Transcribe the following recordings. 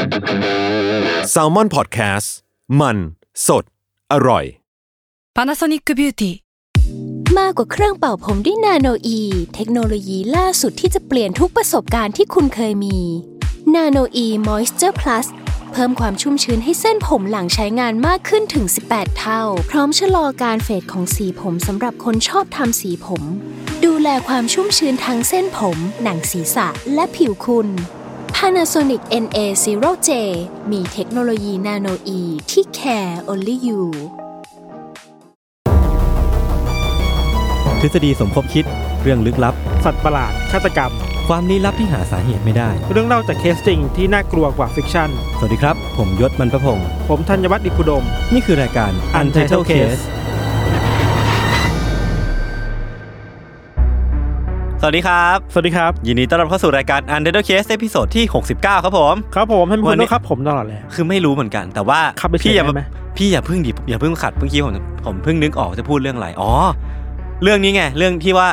Salmon Podcast มันสดอร่อย Panasonic Beauty มากกว่าเครื่องเป่าผมด้วยนาโนอีเทคโนโลยีล่าสุดที่จะเปลี่ยนทุกประสบการณ์ที่คุณเคยมีนาโนอีมอยส์เจอร์พลัสเพิ่มความชุ่มชื้นให้เส้นผมหลังใช้งานมากขึ้นถึง18เท่าพร้อมชะลอการเฟดของสีผมสำหรับคนชอบทำสีผมดูแลความชุ่มชื้นทั้งเส้นผมหนังศีรษะและผิวคุณ Panasonic NA0J มีเทคโนโลยีนาโนอีที่ care only you ทฤษฎีสมคบคิดเรื่องลึกลับสัตว์ประหลาดฆาตกรรมความลี้ลับที่หาสาเหตุไม่ได้เรื่องเล่าจากเคสจริงที่น่ากลัวกว่าฟิกชั่นสวัสดีครับผมยศมันประพงษ์ผมธัญวัฒน์อิพุดมนี่คือรายการ Untitled Case สวัสดีครับสวัสดีครับยินดีต้อนรับเข้าสู่รายการ Untitled Case ตอนที่69ครับผมครับผมท่านผู้ชมครับผมตลอดเลยคือไม่รู้เหมือนกันแต่ว่าพี่อย่าเพิ่งอย่าเพิ่งขัดเมื่อกี้ผมเพิ่งนึกออกจะพูดเรื่องอะไรอ๋อเรื่องนี้ไงเรื่องที่ว่า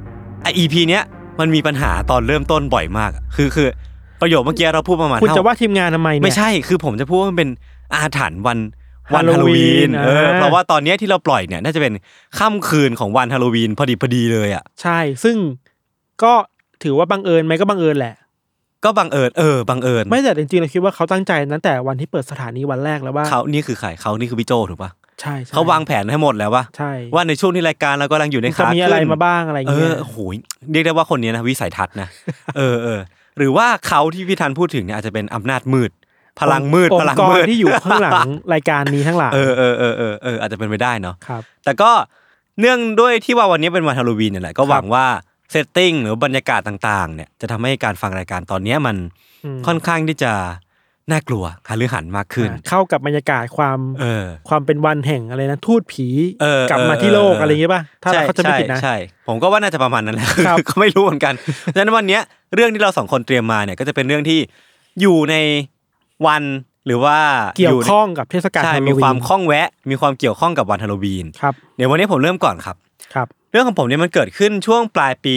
EP เนี้ยมันมีปัญหาตอนเริ่มต้นบ่อยมากคือประโยคเมื่อกี้เราพูดประมาณคุณจะว่าทีมงานทำไมเนี่ยไม่ใช่คือผมจะพูดว่ามันเป็นอาถรรพ์วันฮาโลวีนเพราะว่าตอนนี้ที่เราปล่อยเนี่ยน่าจะเป็นค่ำคืนของวันฮาโลวีนพอดีเลยอ่ะใช่ซึ่งก็ถือว่าบังเอิญไหมก็บังเอิญแหละก็บังเอิญบังเอิญไม่แต่จริงๆเราคิดว่าเขาตั้งใจตั้งแต่วันที่เปิดสถานีวันแรกแล้วว่าเขานี่คือใครเขานี่คือพี่โจถูกป่ะใช่เขาวางแผนให้หมดแล้วว่าว่าในช่วงที่รายการเรากำลังอยู่ในขาขึ้นจะมีอะไรมาบ้างอะไรอย่างเงี้ยโหยเรียกได้ว่าคนนี้นะวิสัยทัศน์นะหรือว่าเขาที่พี่ธันพูดถึงเนี่ยอาจจะเป็นอำนาจมืดพลังมืดที่อยู่ข้างหลังรายการนี้ทั้งหลายอาจจะเป็นไปได้เนาะครับแต่ก็เนื่องด้วยที่ว่าวันนี้เป็นวันฮาโลวีนเนี่ยแหละก็หวังว่าเซตติ้งหรือบรรยากาศต่างๆเนี่ยจะทำให้การฟังรายการตอนนี้มันค่อนข้างที่จะน่ากลัวหฤหันมากขึ้นเข้ากับบรรยากาศความเป็นวันแห่งอะไรนะทูตผีกลับมาที่โลกอะไรอย่างเงี้ยป่ะถ้าเขาจะไม่ผิดนะใช่ผมก็ว่าน่าจะประมาณนั้นแหละก็ไม่รู้เหมือนกันฉะนั้นวันนี้เรื่องที่เราสองคนเตรียมมาเนี่ยก็จะเป็นเรื่องที่อยู่ในวันหรือว่าเกี่ยวข้องกับเทศกาลฮาโลวีนมีความคล้องแวะมีความเกี่ยวข้องกับวันฮาโลวีนเดี๋ยววันนี้ผมเริ่มก่อนครับเรื่องของผมเนี่ยมันเกิดขึ้นช่วงปลายปี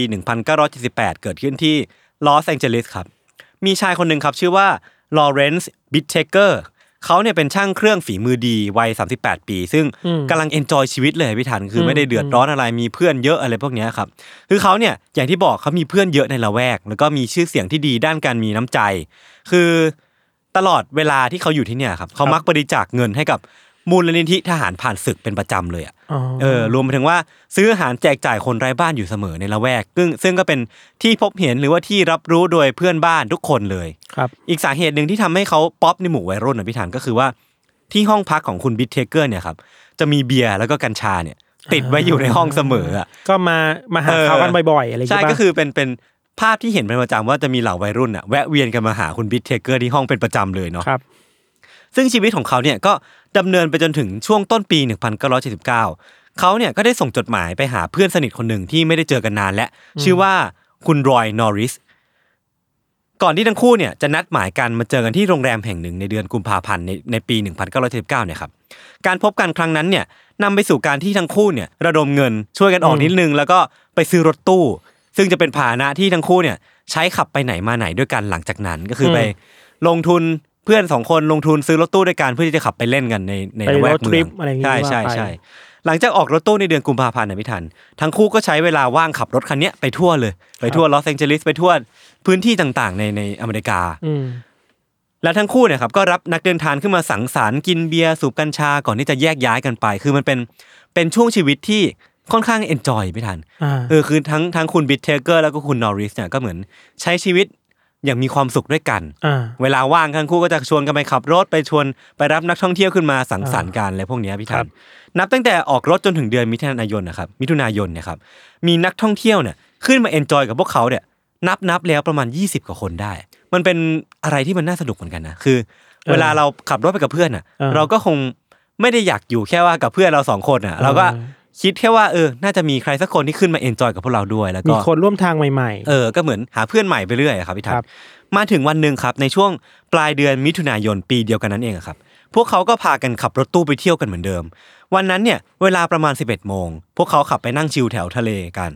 1978เกิดขึ้นที่ลอสแองเจลิสครับมีชายคนนึงครับชื่อว่าลอเรนซ์บิทเทเกอร์เขาเนี่ยเป็นช่างเครื่องฝีมือดีวัย38ปีซึ่งกำลังเอนจอยชีวิตเลยพี่ทันคือไม่ได้เดือดร้อนอะไรมีเพื่อนเยอะอะไรพวกนี้ครับคือเขาเนี่ยอย่างที่บอกเขามีเพื่อนเยอะในละแวกแล้วก็มีชื่อเสียงที่ดีด้านการมีน้ำใจคือตลอดเวลาที่เขาอยู่ที่เนี่ยครับเขามักบริจาคเงินให้กับมูลนิธิทหารผ่านศึกเป็นประจำเลยอ่ะรวมไปถึงว่าซื้ออาหารแจกจ่ายคนไร้บ้านอยู่เสมอในละแวกซึ่งก็เป็นที่พบเห็นหรือว่าที่รับรู้โดยเพื่อนบ้านทุกคนเลยอีกสาเหตุหนึ่งที่ทำให้เขาป๊อปในหมู่วัยรุ่นนะพี่ธันก็คือว่าที่ห้องพักของคุณบิทเทเกอร์เนี่ยครับจะมีเบียร์แล้วก็กัญชาเนี่ยติดไว้อยู่ในห้องเสมออ่ะก็มาหาเขากันบ่อยๆอะไรอย่างเงี้ยใช่ก็คือเป็นภาพที่เห็นเป็นประจำว่าจะมีเหล่าวัยรุ่นอ่ะแวะเวียนกันมาหาคุณบิทเทเกอร์ที่ห้องเป็นประจำเลยเนาะซึ่งชีวิตของเขาเนี่ยก็ดำเนินไปจนถึงช่วงต้นปี1979เขาเนี่ยก็ได้ส่งจดหมายไปหาเพื่อนสนิทคนหนึ่งที่ไม่ได้เจอกันนานและชื่อว่าคุณรอยนอริสก่อนที่ทั้งคู่เนี่ยจะนัดหมายกันมาเจอกันที่โรงแรมแห่งหนึ่งในเดือนกุมภาพันธ์ในปี1979เนี่ยครับการพบกันครั้งนั้นเนี่ยนำไปสู่การที่ทั้งคู่เนี่ยระดมเงินช่วยกันออกนิดนึงแล้วก็ไปซื้อรถตู้ซึ่งจะเป็นพาหนะที่ทั้งคู่เนี่ยใช้ขับไปไหนมาไหนด้วยกันหลังจากนั้นก็คือไปลงทุนเพื่อน2คนลงทุนซื้อรถตู้ด้วยกันเพื่อที่จะขับไปเล่นกันในละแวกเมืองใช่หลังจากออกรถตู้ในเดือนกุมภาพันธ์นะพี่ทันทั้งคู่ก็ใช้เวลาว่างขับรถคันนี้ไปทั่วเลยไปทั่วลอสแองเจลิสไปทั่วพื้นที่ต่างๆในอเมริกาแล้วทั้งคู่เนี่ยครับก็รับนักเดินทางขึ้นมาสังสรรค์กินเบียร์สูบกัญชาก่อนที่จะแยกย้ายกันไปคือมันเป็นช่วงชีวิตที่ค่อนข้างเอนจอยพี่ทันคือทั้งคุณบิทเทเกอร์แล้วก็คุณนอริสเนี่ยก็เหมือนใช้ชีวิตอย่างมีความสุขด้วยกันเวลาว่างทั้งคู่ก็จะชวนกันไปขับรถไปรับนักท่องเที่ยวขึ้นมาสังสรรค์กันอะไรพวกนี้พี่ทันนับตั้งแต่ออกรถจนถึงเดือนมิถุนายนเนี่ยครับมีนักท่องเที่ยวเนี่ยขึ้นมาเอนจอยกับพวกเขาเนี่ยนับแล้วประมาณ20กว่าคนได้มันเป็นอะไรที่มันน่าสนุกเหมือนกันนะคือเวลาเราขับรถไปกับเพื่อนเราก็คงไม่ได้อยากอยู่แค่ว่ากับเพื่อนเรา2คนเราก็คิดแค่ว่าน่าจะมีใครสักคนที่ขึ้นมาเอนจอยกับพวกเราด้วยแล้วก็มีคนร่วมทางใหม่ๆก็เหมือนหาเพื่อนใหม่ไปเรื่อยครับพี่ทัศน์มาถึงวันนึงครับในช่วงปลายเดือนมิถุนายนปีเดียวกันนั้นเองครับพวกเขาก็พากันขับรถตู้ไปเที่ยวกันเหมือนเดิมวันนั้นเนี่ยเวลาประมาณ 11:00 นพวกเขาขับไปนั่งชิลแถวทะเลกัน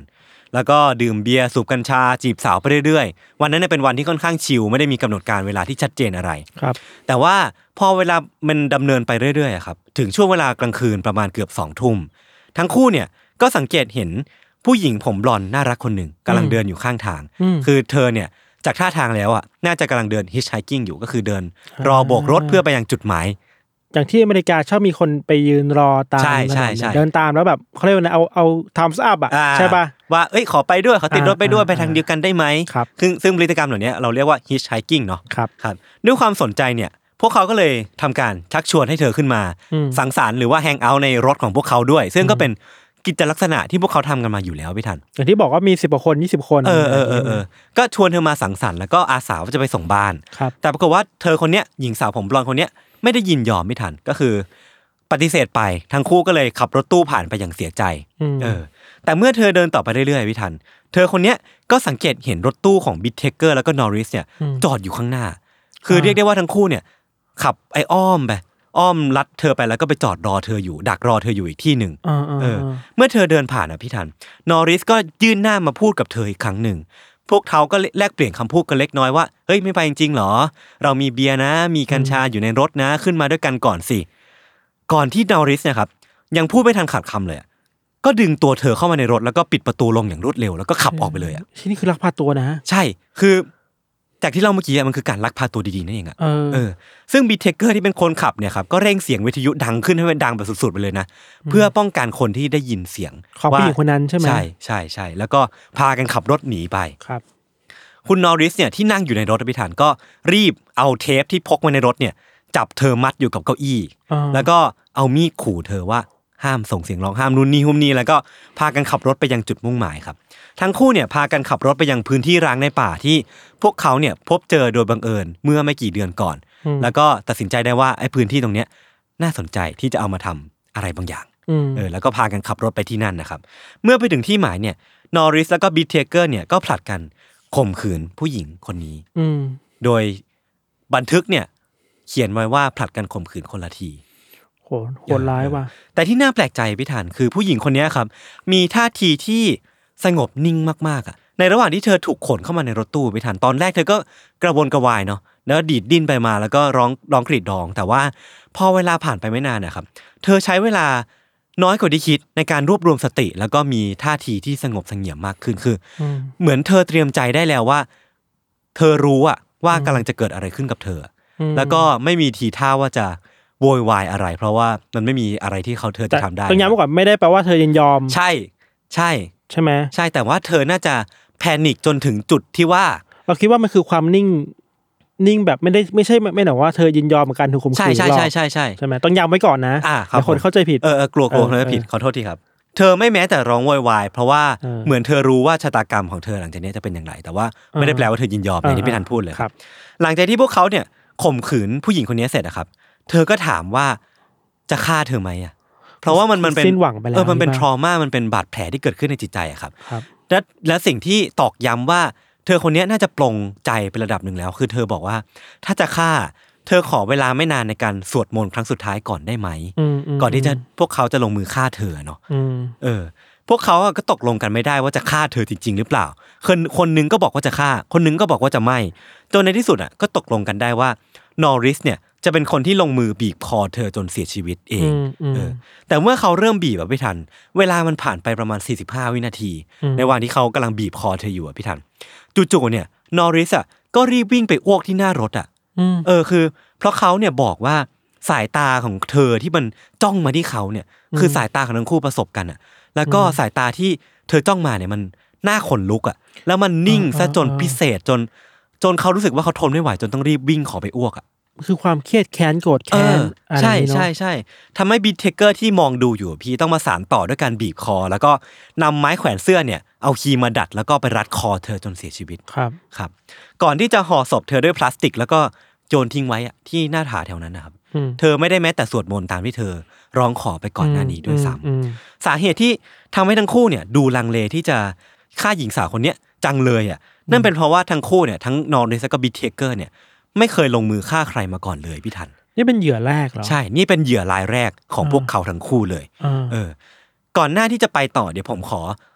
แล้วก็ดื่มเบียร์สูบกัญชาจีบสาวไปเรื่อยๆวันนั้นเป็นวันที่ค่อนข้างชิลไม่ได้มีกำหนดการเวลาที่ชัดเจนอะไรครับแต่ว่าพอเวลามันดำเนินไปเรื่อยๆครับถึงช่วงเวลากลางคืนประมาณเกือบ20:00 นทั้งคู่เนี่ยก็สังเกตเห็นผู้หญิงผมบลอนด์น่ารักคนหนึ่งกำลังเดินอยู่ข้างทางคือเธอเนี่ยจากท่าทางแล้วอ่ะน่าจะกำลังเดินฮิชไฮกิ้งอยู่ก็คือเดินรอโบกรถเพื่อไปยังจุดหมายอย่างที่อเมริกาชอบมีคนไปยืนรอตามเดินตามแล้วแบบเขาเรียกว่าเอาthumbs up อ่ะใช่ป่ะว่าเอ้ยขอไปด้วยขอติดรถไปด้วยไปทางเดียวกันได้ไหมซึ่งพฤติกรรมเหล่านี้เราเรียกว่าฮิชไฮกิ้งเนาะครับด้วยความสนใจเนี่ยพวกเขาก็เลยทำการชักชวนให้เธอขึ้นมาสังสรรค์หรือว่าแฮงเอาท์ในรถของพวกเขาด้วยซึ่งก็เป็นกิจลักษณะที่พวกเขาทำกันมาอยู่แล้วพี่ทันอย่างที่บอกว่ามี10 กว่าคน20 คนก็ชวนเธอมาสังสรรค์แล้วก็อาสาว่าจะไปส่งบ้านแต่ปรากฏว่าเธอคนเนี้ยหญิงสาวผมบลอนด์คนเนี้ยไม่ได้ยินยอมไม่ทันก็คือปฏิเสธไปทั้งคู่ก็เลยขับรถตู้ผ่านไปอย่างเสียใจแต่เมื่อเธอเดินต่อไปเรื่อยๆพี่ทันเธอคนเนี้ยก็สังเกตเห็นรถตู้ของบิทเทเกอร์แล้วก็นอริสเนี่ยจอดอยู่ข้างหน้าคือเรียกได้ว่าทั้งคู่เนี่ยขับอ้อมลัดเธอไปแล้วก็ไปจอดรอเธออยู่ดักรอเธออยู่อีกที่นึงเมื่อเธอเดินผ่านพี่ทันนอริสก็ยื่นหน้ามาพูดกับเธออีกครั้งนึงพวกเขาก็แลกเปลี่ยนคำพูดกันเล็กน้อยว่าเฮ้ยไม่ไปจริงๆหรอเรามีเบียร์นะมีกัญชาอยู่ในรถนะขึ้นมาด้วยกันก่อนสิก่อนที่นอริสเนี่ยครับยังพูดไม่ทันขาดคำเลยก็ดึงตัวเธอเข้ามาในรถแล้วก็ปิดประตูลงอย่างรวดเร็วแล้วก็ขับออกไปเลยที่นี่คือลักพาตัวนะใช่คือจากที่เราเมื่อกี้มันคือการลักพาตัวดีๆนั่นเองซึ่งบีเทเกอร์ที่เป็นคนขับเนี่ยครับก็เร่งเสียงวิทยุดังขึ้นให้มันดังแบบสุดๆไปเลยนะเพื่อป้องกันคนที่ได้ยินเสียงของผู้หญิงคนนั้นใช่ไหมใช่แล้วก็พากันขับรถหนีไปครับคุณนอริสเนี่ยที่นั่งอยู่ในรถพิธานก็รีบเอาเทปที่พกมาในรถเนี่ยจับเธอมัดอยู่กับเก้าอี้แล้วก็เอามีดขู่เธอว่าห้ามส่งเสียงร้องห้ามนู่นนี่หุ้มนี่แล้วก็พากันขับรถไปยังจุดมุ่งหมายครับทั้งคู่เนี่ยพากันขับรถไปยังพื้นที่ร้างในป่าที่พวกเขาเนี่ยพบเจอโดยบังเอิญเมื่อไม่กี่เดือนก่อนแล้วก็ตัดสินใจได้ว่าไอ้พื้นที่ตรงเนี้ยน่าสนใจที่จะเอามาทำอะไรบางอย่างแล้วก็พากันขับรถไปที่นั่นนะครับเมื่อไปถึงที่หมายเนี่ยนอริสแล้วก็บีทเทเกอร์เนี่ยก็ผลัดกันข่มขืนผู้หญิงคนนี้โดยบันทึกเนี่ยเขียนไว้ว่าผลัดกันข่มขืนคนละทีโหดร้ายว่ะแต่ที่น่าแปลกใจพี่ธันคือผู้หญิงคนนี้ครับมีท่าทีที่สงบนิ่งมากๆในระหว่างที่เธอถูกขนเข้ามาในรถตู้พี่ธันตอนแรกเธอก็กระวนกระวายเนาะแล้วดีดดิ้นไปมาแล้วก็ร้องกรีดร้องแต่ว่าพอเวลาผ่านไปไม่นานนะครับเธอใช้เวลาน้อยกว่าที่คิดในการรวบรวมสติแล้วก็มีท่าทีที่สงบเสงี่ยมมากขึ้นคือเหมือนเธอเตรียมใจได้แล้วว่าเธอรู้ว่ากำลังจะเกิดอะไรขึ้นกับเธอแล้วก็ไม่มีทีท่าว่าจะโวยวายอะไรเพราะว่ามันไม่มีอะไรที่เธอจะทำได้ต้องย้ำก่อนไม่ได้แปลว่าเธอยินยอมใช่ไหมใช่แต่ว่าเธอน่าจะแพนิคจนถึงจุดที่ว่าเราคิดว่ามันคือความนิ่งแบบไม่ใช่หนว่าเธอยินยอมกับการถูกข่มขืนใช่ไหมต้องย้ำไว้ก่อนนะแต่คนเข้าใจผิดกลัวคนเข้าใจผิดขอโทษทีครับเธอไม่แม้แต่ร้องโวยวายเพราะว่าเหมือนเธอรู้ว่าชะตากรรมของเธอหลังจากนี้จะเป็นอย่างไรแต่ว่าไม่ได้แปลว่าเธอยินยอมอย่างที่พี่ธันพูดเลยครับหลังจากที่พวกเขาเนี่ยข่มขืนผู้หญิงคนนี้เสร็จครับเธอก็ถามว่าจะฆ่าเธอไหมเพราะว่ามันเป็นมันเป็นทรมามันเป็นบาดแผลที่เกิดขึ้นในจิตใจครับและสิ่งที่ตอกย้ำว่าเธอคนนี้น่าจะปลงใจเป็นระดับหนึ่งแล้วคือเธอบอกว่าถ้าจะฆ่าเธอขอเวลาไม่นานในการสวดมนต์ครั้งสุดท้ายก่อนได้ไหมก่อนที่จะพวกเขาจะลงมือฆ่าเธอเนาะพวกเขาก็ตกลงกันไม่ได้ว่าจะฆ่าเธอจริงๆหรือเปล่าคนนึงก็บอกว่าจะฆ่าคนนึงก็บอกว่าจะไม่จนในที่สุดก็ตกลงกันได้ว่านอริสเนี่ยจะเป็นคนที่ลงมือบีบคอเธอจนเสียชีวิตเองแต่เมื่อเขาเริ่มบีบไม่ทันเวลามันผ่านไปประมาณ45วินาทีในวันที่เขากำลังบีบคอเธออยู่พี่ทันจู่ๆเนี่ยนอริสก็รีบวิ่งไปอ้วกที่หน้ารถคือเพราะเขาเนี่ยบอกว่าสายตาของเธอที่มันจ้องมาที่เขาเนี่ยคือสายตาของทั้งคู่ประสบกันแล้วก็สายตาที่เธอจ้องมาเนี่ยมันน่าขนลุกแล้วมันนิ่งซะจนพิเศษจนเขารู้สึกว่าเขาทนไม่ไหวจนต้องรีบวิ่งขอไปอ้วกคือความเครียดแค้นโกรธแค้นใช่ทำให้บีทเทเกอร์ที่มองดูอยู่พี่ต้องมาสานต่อด้วยการบีบคอแล้วก็นำไม้แขวนเสื้อเนี่ยเอาครีมมาดัดแล้วก็ไปรัดคอเธอจนเสียชีวิตครับก่อนที่จะห่อศพเธอด้วยพลาสติกแล้วก็โยนทิ้งไว้ที่หน้าผาแถวนั้นนะครับเธอไม่ได้แม้แต่สวดมนต์ตามที่เธอร้องขอไปก่อนหน้านี้ด้วยซ้ำสาเหตุที่ทำให้ทั้งคู่เนี่ยดูลังเลที่จะฆ่าหญิงสาวคนนี้จังเลยนั่นเป็นเพราะว่าทั้งคู่เนี่ยทั้งนอริสและก็บีทเทเกอร์เนี่ยไม่เคยลงมือฆ่าใครมาก่อนเลยพี่ทันนี่เป็นเหยื่อแรกเหรอใช่นี่เป็นเหยื่อรายแรกของพวกเขาทั้งคู่เลยก่อนหน้าที่จะไปต่อเดี๋ยวผมขอ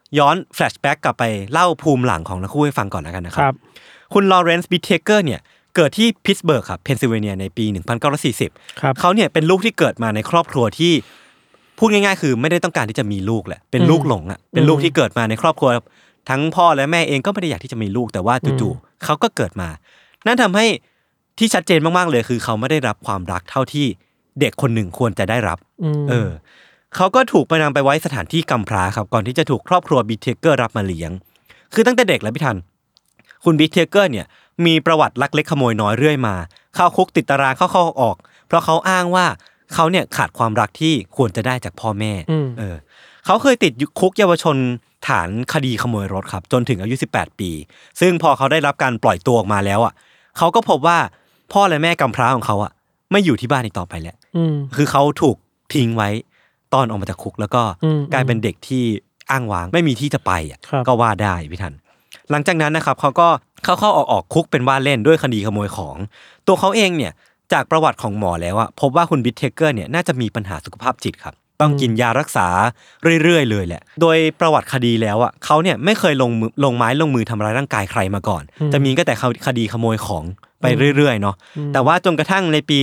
ย้อนแฟลชแบ็กกลับไปเล่าภูมิหลังของทั้งคู่ให้ฟังก่อนแล้วกันนะครับคุณลอเรนซ์บิทเทเกอร์เนี่ยเกิดที่พิตต์สเบิร์กครับเพนซิลเวเนียในปี1940เขาเนี่ยเป็นลูกที่เกิดมาในครอบครัวที่พูดง่ายๆคือไม่ได้ต้องการที่จะมีลูกแหละเป็นลูกหลงอ่ะเป็นลูกที่เกิดมาในครอบครัวทั้งพ่อและแม่เองก็ไม่ได้อยากที่จะมีลูกแต่ว่าจู่ๆเขาก็เกิดมานั่นทำให้ที่ชัดเจนมากๆเลยคือเขาไม่ได้รับความรักเท่าที่เด็กคนหนึ่งควรจะได้รับเขาก็ถูกนำไปไว้สถานที่กำพร้าครับก่อนที่จะถูกครอบครัวบิทเทเกอร์รับมาเลี้ยงคือตั้งแต่เด็กแล้วพี่ทันคุณบิทเทเกอร์เนี่ยมีประวัติลักเล็กขโมยน้อยเรื่อยมาเข้าคุกติดตารางเข้าออกเพราะเขาอ้างว่าเขาเนี่ยขาดความรักที่ควรจะได้จากพ่อแม่เขาเคยติดคุกเยาวชนฐานคดีขโมยรถครับจนถึงอายุ18ปีซึ่งพอเขาได้รับการปล่อยตัวออกมาแล้วอ่ะเขาก็พบว่าพ่อและแม่กำพร้าของเขาอ่ะไม่อยู่ที่บ้านอีกต่อไปแล้วคือเขาถูกทิ้งไว้ตอนออกมาจากคุกแล้วก็กลายเป็นเด็กที่อ้างว้างไม่มีที่จะไปอ่ะก็ว่าได้พี่ทันหลังจากนั้นนะครับเขาก็เข้าออกคุกเป็นว่าเล่นด้วยคดีขโมยของตัวเขาเองเนี่ยจากประวัติของหมอแล้วอ่ะพบว่าคุณบิทเทเกอร์เนี่ยน่าจะมีปัญหาสุขภาพจิตครับต้องกินยารักษาเรื่อยๆเลยแหละโดยประวัติคดีแล้วอ่ะเขาเนี่ยไม่เคยลงไม้ลงมือทำร้ายร่างกายใครมาก่อนจะมีก็แต่คดีขโมยของไปเรื่อยๆเนาะแต่ว่าจนกระทั่งในปี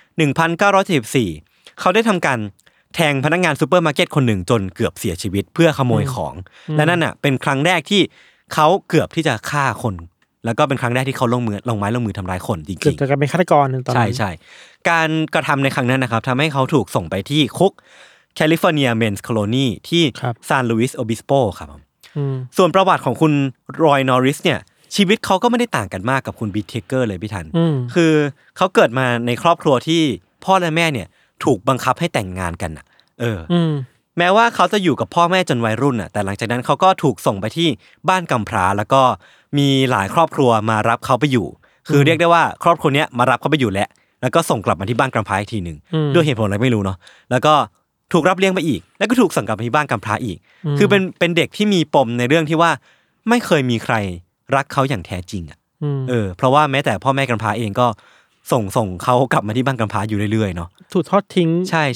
1944เขาได้ทำการแทงพนักงานซูเปอร์มาร์เก็ตคนหนึ่งจนเกือบเสียชีวิตเพื่อขโมยของและนั่นน่ะเป็นครั้งแรกที่เขาเกือบที่จะฆ่าคนแล้วก็เป็นครั้งแรกที่เขาลงไม้ลงมือทำร้ายคนจริงๆเกือบจะเป็นฆาตกรตอนนั้นใช่ๆการกระทำในครั้งนั้นนะครับทำให้เขาถูกส่งไปที่คุกแคลิฟอร์เนียเมนส์คโลนีที่ซานลุยส์โอบิสโปครับส่วนประวัติของคุณรอยนอริสเนี่ยชีวิตเขาก็ไม่ได้ต่างกันมากกับคุณบิทเทเกอร์เลยพี่ทันคือเขาเกิดมาในครอบครัวที่พ่อและแม่เนี่ยถูกบังคับให้แต่งงานกันอ่ะแม้ว่าเขาจะอยู่กับพ่อแม่จนวัยรุ่นอ่ะแต่หลังจากนั้นเขาก็ถูกส่งไปที่บ้านกำพร้าแล้วก็มีหลายครอบครัวมารับเขาไปอยู่คือเรียกได้ว่าครอบครัวนี้มารับเขาไปอยู่แล้วก็ส่งกลับมาที่บ้านกำพร้าอีกทีนึงด้วยเหตุผลอะไรไม่รู้เนาะแล้วก็ถูกรับเลี้ยงไปอีกแล้วก็ถูกส่งกลับมาที่บ้านกำพร้าอีกคือเป็นเด็กที่มีปมในเรื่องที่ว่าไม่เคยมีใครรักเขาอย่างแท้จริงอ่ะเพราะว่าแม้แต่พ่อแม่กำพร้าเองก็ส่งเขากลับมาที่บ้านกำพร้าอยู่เรื่อยๆเนาะถูกทอดทิ้งใช่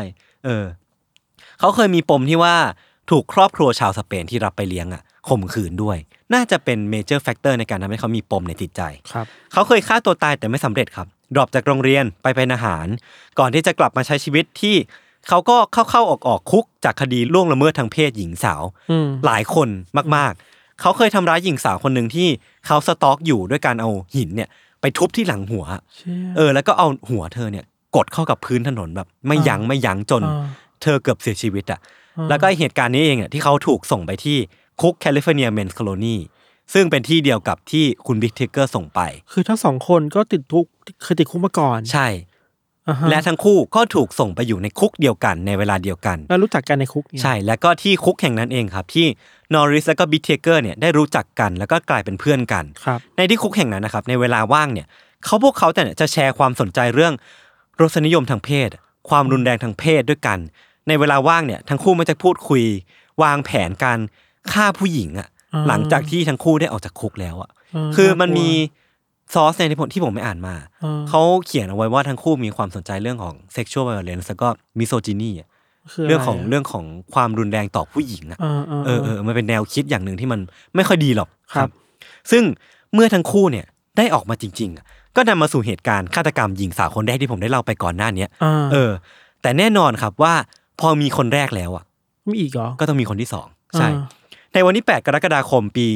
เขาเคยมีปมที่ว่าถูกครอบครัวชาวสเปนที่รับไปเลี้ยงอ่ะข่มขืนด้วยน่าจะเป็นเมเจอร์แฟกเตอร์ในการทำให้เขามีปมในจิตใจเขาเคยฆ่าตัวตายแต่ไม่สำเร็จครับดรอปจากโรงเรียนไปเป็นอาหารก่อนที่จะกลับมาใช้ชีวิตที่เขาก็เข้าออกคุกจากคดีล่วงละเมิดทางเพศหญิงสาวหลายคนมากๆเขาเคยทำร้ายหญิงสาวคนหนึ่งที่เขาสต็อกอยู่ด้วยการเอาหินเนี่ยไปทุบที่หลังหัวแล้วก็เอาหัวเธอเนี่ยกดเข้ากับพื้นถนนแบบไม่ยั้งจนเธอเกือบเสียชีวิตอ่ะแล้วก็เหตุการณ์นี้เองอ่ะที่เขาถูกส่งไปที่คุกแคลิฟอร์เนียเมนส์คโลนีซึ่งเป็นที่เดียวกับที่คุณบิทเทเกอร์ส่งไปคือทั้งสองคนก็เคยติดคุกมาก่อนใช่และทั้งคู่ก็ถูกส่งไปอยู่ในคุกเดียวกันในเวลาเดียวกันแล้วรู้จักกันในคุกใช่แล้วก็ที่คุกแห่งนั้นเองครับที่นอริสและก็บิทเทเกอร์เนี่ยได้รู้จักกันแล้วก็กลายเป็นเพื่อนกันในที่คุกแห่งนั้นนะครับในเวลาว่างเนี่ยพวกเขาแต่จะแชร์ความสนใจเรื่องรสนิยมทางเพศความรุนแรงทางเพศด้วยกันในเวลาว่างเนี่ยทั้งคู่มันจะพูดคุยวางแผนการฆ่าผู้หญิงอ่ะหลังจากที่ทั้งคู่ได้ออกจากคุกแล้วอ่ะคือมันมีซอสในที่ผมไม่อ่านมาเขาเขียนเอาไว้ว่าทั้งคู่มีความสนใจเรื่องของ sexual violence แล้วก็ misogyny เรื่องของความรุนแรงต่อผู้หญิงอ่ะมันเป็นแนวคิดอย่างนึงที่มันไม่ค่อยดีหรอกครับซึ่งเมื่อทั้งคู่เนี่ยได้ออกมาจริงๆก็นำมาสู่เหตุการณ์ฆาตกรรมหญิงสาวคนแรกที่ผมได้เล่าไปก่อนหน้านี้แต่แน่นอนครับว่าพอมีคนแรกแล้วอ่ะมีอีกเหรอก็ต้องมีคนที่2ใช่ในวันที่8กรกฎาคมปี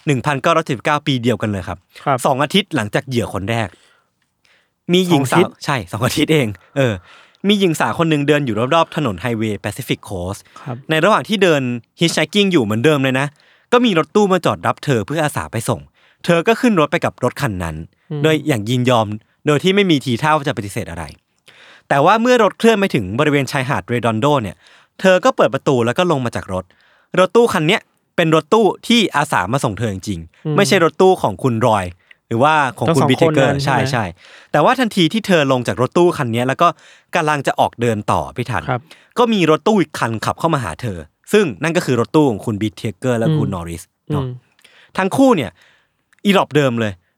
1919ปีเดียวกันเลยครับ2อาทิตย์หลังจากเหยื่อคนแรกมีหญิงสาวใช่2อาทิตย์เองมีหญิงสาวคนนึงเดินอยู่รอบๆถนนไฮเวย์แปซิฟิกโคสต์ในระหว่างที่เดินฮิชไชกิ้งอยู่เหมือนเดิมเลยนะก็มีรถตู้มาจอดรับเธอเพื่ออาสาไปส่งเธอก็ขึ้นรถไปกับรถคันนั้นโดยอย่างยินยอมโดยที่ไม่มีทีท่าว่าจะปฏิเสธอะไรแต่ว่าเมื่อรถเคลื่อนไปถึงบริเวณชายหาดเรดอนโดเนี่ยเธอก็เปิดประตูแล้วก็ลงมาจากรถตู้คันนี้เป็นรถตู้ที่อาสามาส่งเธอจริงๆไม่ใช่รถตู้ของคุณรอยหรือว่าของคุณบิทเทเกอร์ใช่แต่ว่าทันทีที่เธอลงจากรถตู้คันนี้แล้วก็กำลังจะออกเดินต่อพี่ทันก็มีรถตู้อีกคันขับเข้ามาหาเธอซึ่งนั่นก็คือรถตู้ของคุณบิทเทเกอร์และคุณนอริสเนาะทั้งคู่เนี่ยอีหลอบเดิมเลย